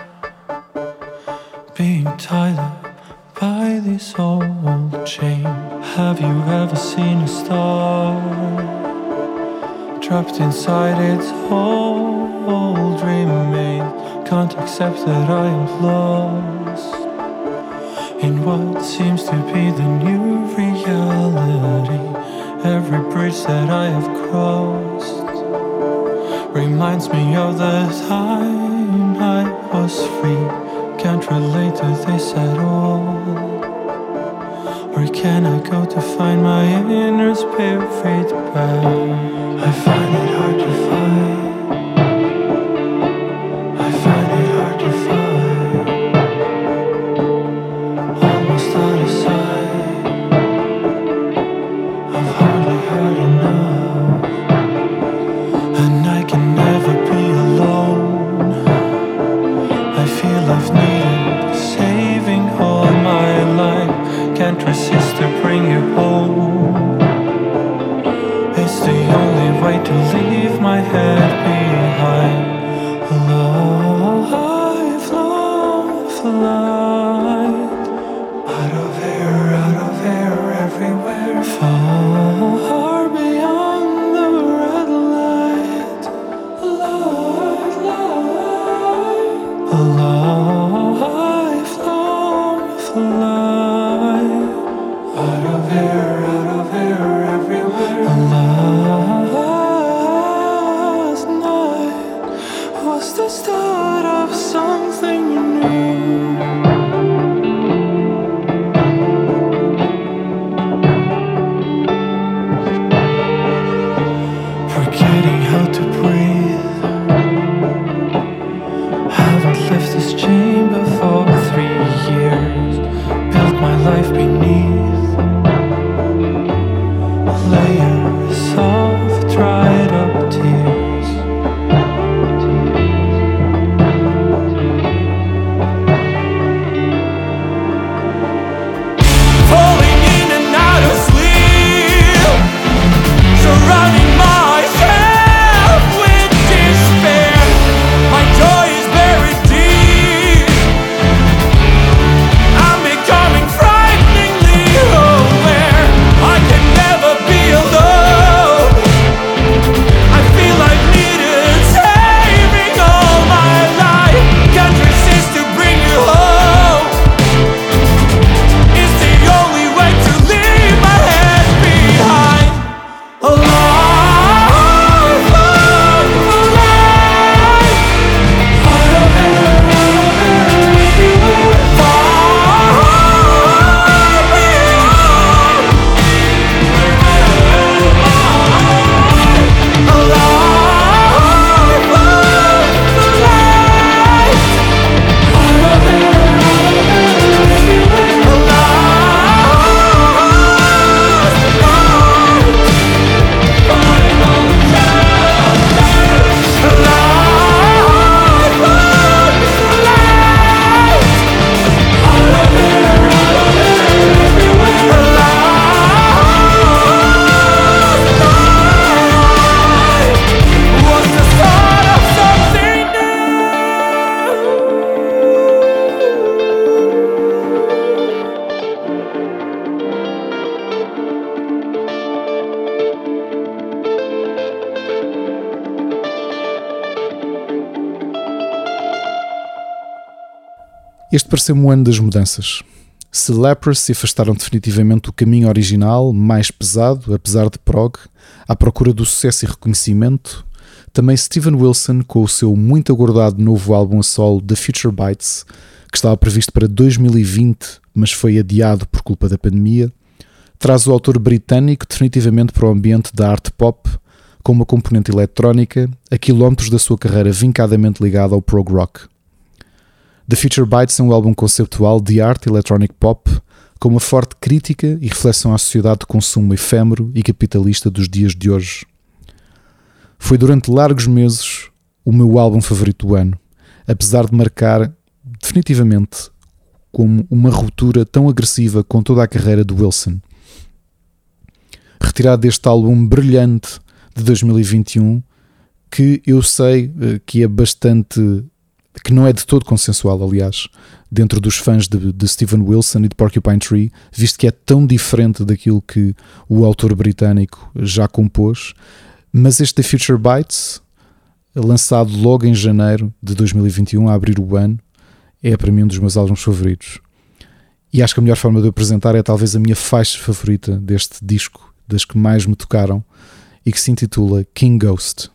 being tied up by this old chain. Have you ever seen a star trapped inside its old remain? Can't accept that I am lost in what seems to be the new reality. Every bridge that I have crossed reminds me of the time I was free. Can't relate to this at all. Where can I go to find my inner spirit back? I find it hard to find. I find it hard to find. Almost out of sight. I've hardly heard enough. And I can never be alone. I feel I've needed saving all my life. Can't resist to bring you home. It's the only way to leave my head behind. Alive, long flight. Out of air, everywhere. Far beyond the red light. Light, light. Alive, long flight. Out of air, everywhere. Last night was the start of something new. Forgetting how to breathe. Haven't left this chamber for 3 years. Built my life beneath layers of dried up tears. Falling in and out of sleep, surrounding myself with despair. My joy is buried deep Este pareceu-me o ano das mudanças. Se Leprosy afastaram definitivamente do caminho original, mais pesado, apesar de prog, à procura do sucesso e reconhecimento, também Steven Wilson, com o seu muito aguardado novo álbum a solo The Future Bites, que estava previsto para 2020, mas foi adiado por culpa da pandemia, traz o autor britânico definitivamente para o ambiente da arte pop, com uma componente eletrónica, a quilómetros da sua carreira vincadamente ligada ao prog rock. The Future Bites é um álbum conceptual de arte electronic pop, com uma forte crítica e reflexão à sociedade de consumo efêmero e capitalista dos dias de hoje. Foi durante largos meses o meu álbum favorito do ano, apesar de marcar definitivamente como uma ruptura tão agressiva com toda a carreira de Wilson. Retirado deste álbum brilhante de 2021, que eu sei que é bastante... que não é de todo consensual, aliás, dentro dos fãs de Steven Wilson e de Porcupine Tree, visto que é tão diferente daquilo que o autor britânico já compôs. Mas este The Future Bites, lançado logo em janeiro de 2021, a abrir o ano, é para mim um dos meus álbuns favoritos. E acho que a melhor forma de eu apresentar é talvez a minha faixa favorita deste disco, das que mais me tocaram, e que se intitula King Ghost.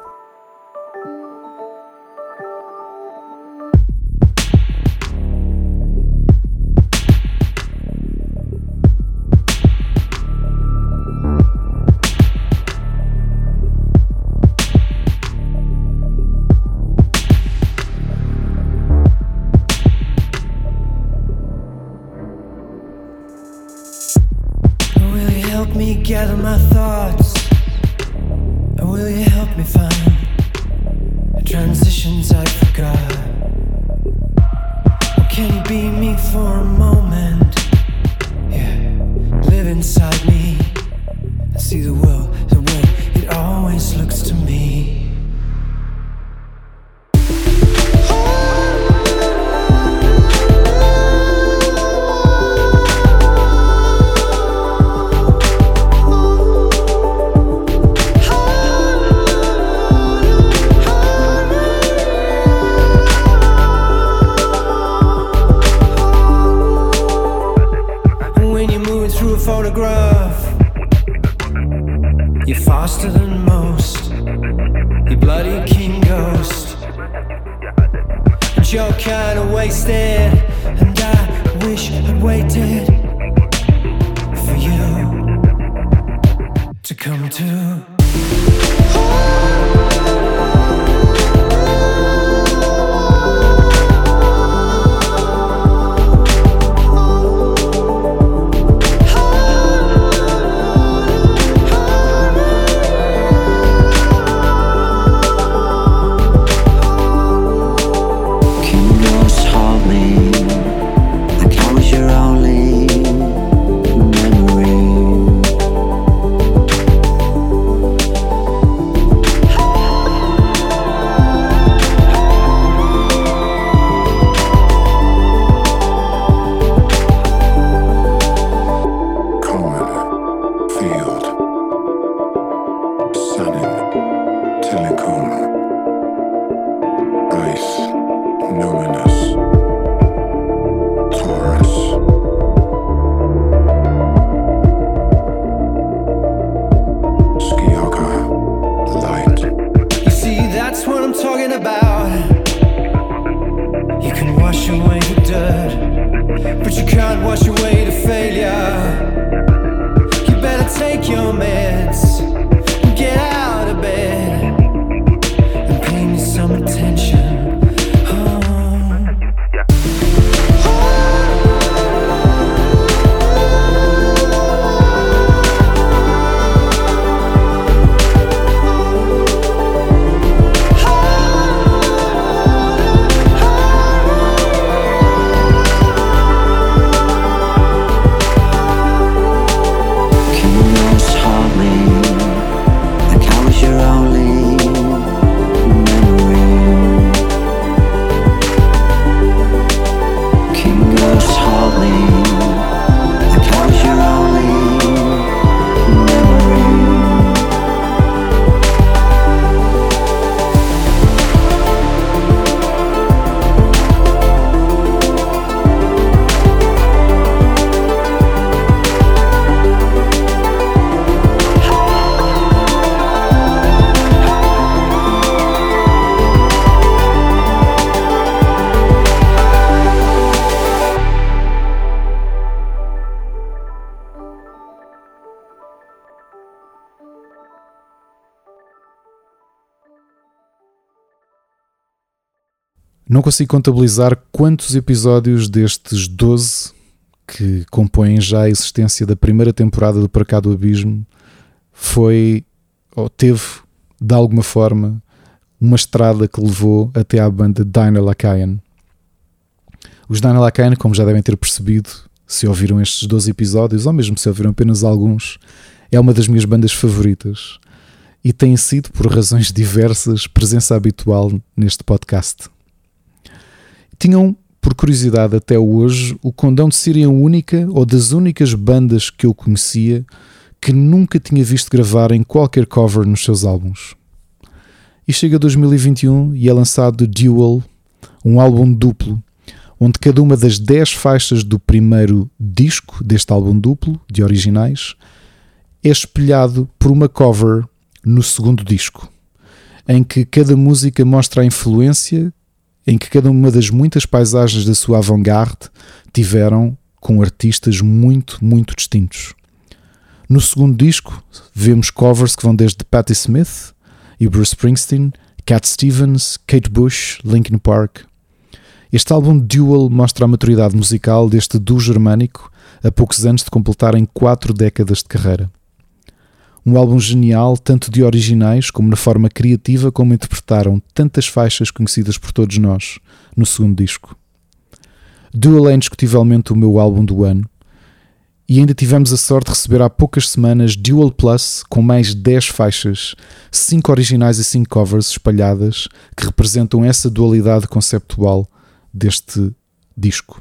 Gather my thoughts, and will you help me find the transitions I forgot? Or can you be me for a moment? Yeah, live inside me and see the world the way it always looks to me. Photograph, you're faster than most, you bloody king ghost, and you're kinda wasted, and I wish I'd waited for you to come to. Não consigo contabilizar quantos episódios destes 12 que compõem já a existência da primeira temporada do Para Cá do Abismo foi, ou teve, de alguma forma, uma estrada que levou até à banda Dina Lakayan. Os Dina Lakayan, como já devem ter percebido, se ouviram estes 12 episódios, ou mesmo se ouviram apenas alguns, é uma das minhas bandas favoritas e tem sido, por razões diversas, presença habitual neste podcast. Tinham, por curiosidade até hoje, o condão de serem a única ou das únicas bandas que eu conhecia que nunca tinha visto gravar em qualquer cover nos seus álbuns. E chega 2021 e é lançado Dual, um álbum duplo, onde cada uma das 10 faixas do primeiro disco deste álbum duplo, de originais, é espelhado por uma cover no segundo disco, em que cada música mostra a influência em que cada uma das muitas paisagens da sua avant-garde tiveram com artistas muito, muito distintos. No segundo disco vemos covers que vão desde Patti Smith e Bruce Springsteen, Cat Stevens, Kate Bush, Linkin Park. Este álbum Dual mostra a maturidade musical deste duo germânico a poucos anos de completarem 4 décadas de carreira. Um álbum genial, tanto de originais como na forma criativa como interpretaram tantas faixas conhecidas por todos nós no segundo disco. Dual é indiscutivelmente o meu álbum do ano e ainda tivemos a sorte de receber há poucas semanas Dual Plus com mais 10 faixas, 5 originais e 5 covers espalhadas que representam essa dualidade conceptual deste disco.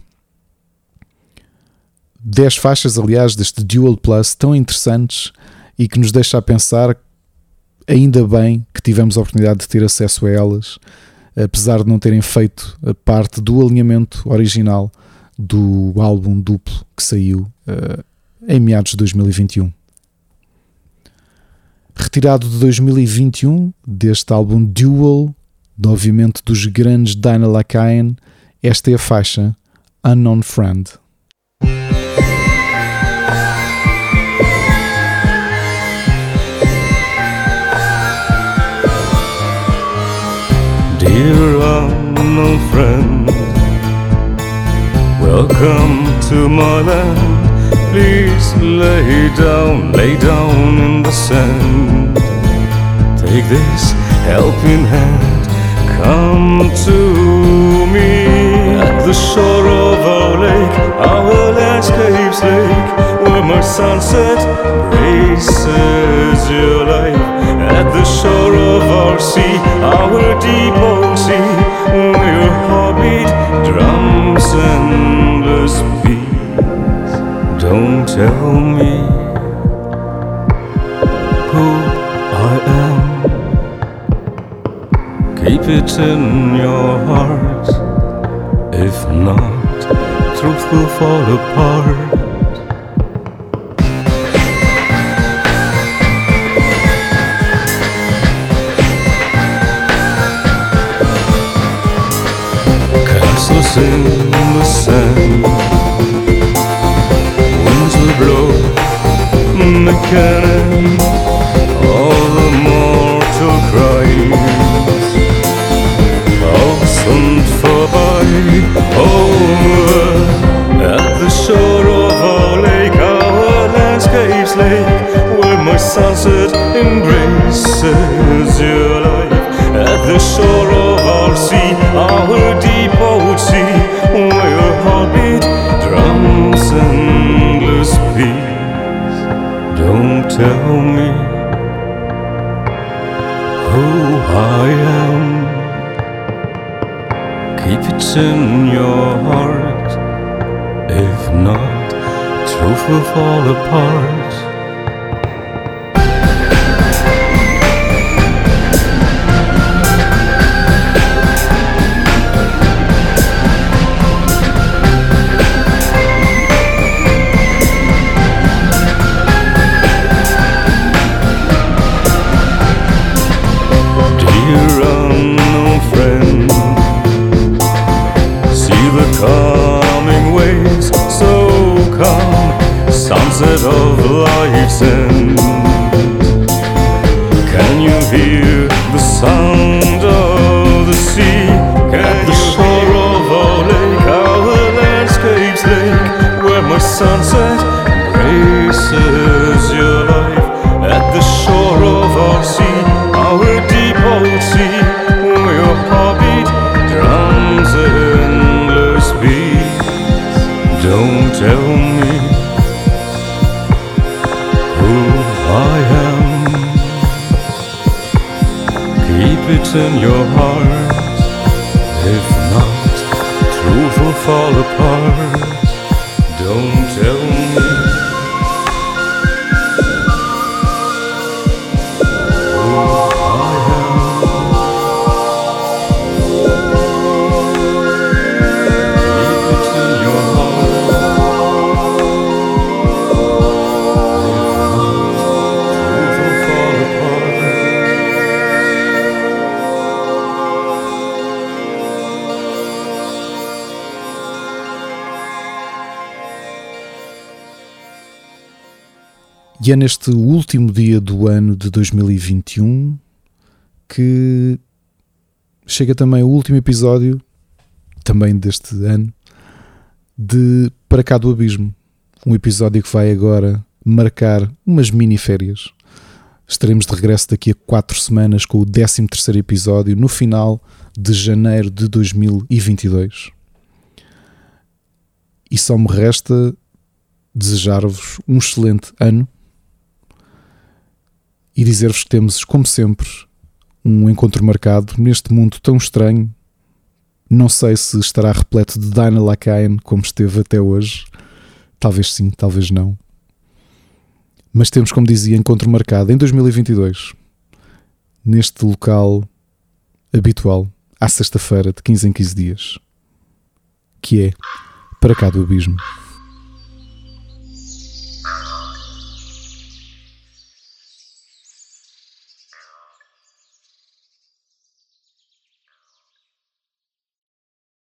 10 faixas, aliás, deste Dual Plus tão interessantes e que nos deixa a pensar, ainda bem que tivemos a oportunidade de ter acesso a elas, apesar de não terem feito a parte do alinhamento original do álbum duplo que saiu em meados de 2021. Retirado de 2021 deste álbum Dual, obviamente dos grandes Dina Lakayan, esta é a faixa Unknown Friend. Dear unknown friend, welcome to my land. Please lay down in the sand. Take this helping hand, come to me. At the shore of our lake, our landscape's lake, where my sunset graces your life. At the shore of our sea, our deep sea, where your heartbeat drums endless peace. Don't tell me who I am. Keep it in your heart. If not, truth will fall apart. In the sand, winds will blow, make an end. All the mortal cries, absent vorbei, over. At the shore of our lake, our landscape's lake, where my sunset embraces your life. At the shore of our sea, our deep old sea, where your heartbeat drums endless peace. Don't tell me who I am. Keep it in your heart. If not, truth will fall apart. Sunset of life's end. Can you hear the sound of the sea? Can you Don't tell me who I am. Keep it in your heart. If not, truth will fall apart. Don't tell me who I am. Keep it in your heart. If not, truth will fall apart. E é neste último dia do ano de 2021 que chega também o último episódio, também deste ano, de Para Cá do Abismo. Um episódio que vai agora marcar umas mini férias. Estaremos de regresso daqui a 4 semanas com o 13º episódio, no final de janeiro de 2022. E só me resta desejar-vos um excelente ano e dizer-vos que temos, como sempre, um encontro marcado neste mundo tão estranho. Não sei se estará repleto de Dinah Lacaine como esteve até hoje. Talvez sim, talvez não. Mas temos, como dizia, encontro marcado em 2022, neste local habitual, à sexta-feira, de 15 em 15 dias, que é Para Cá do Abismo.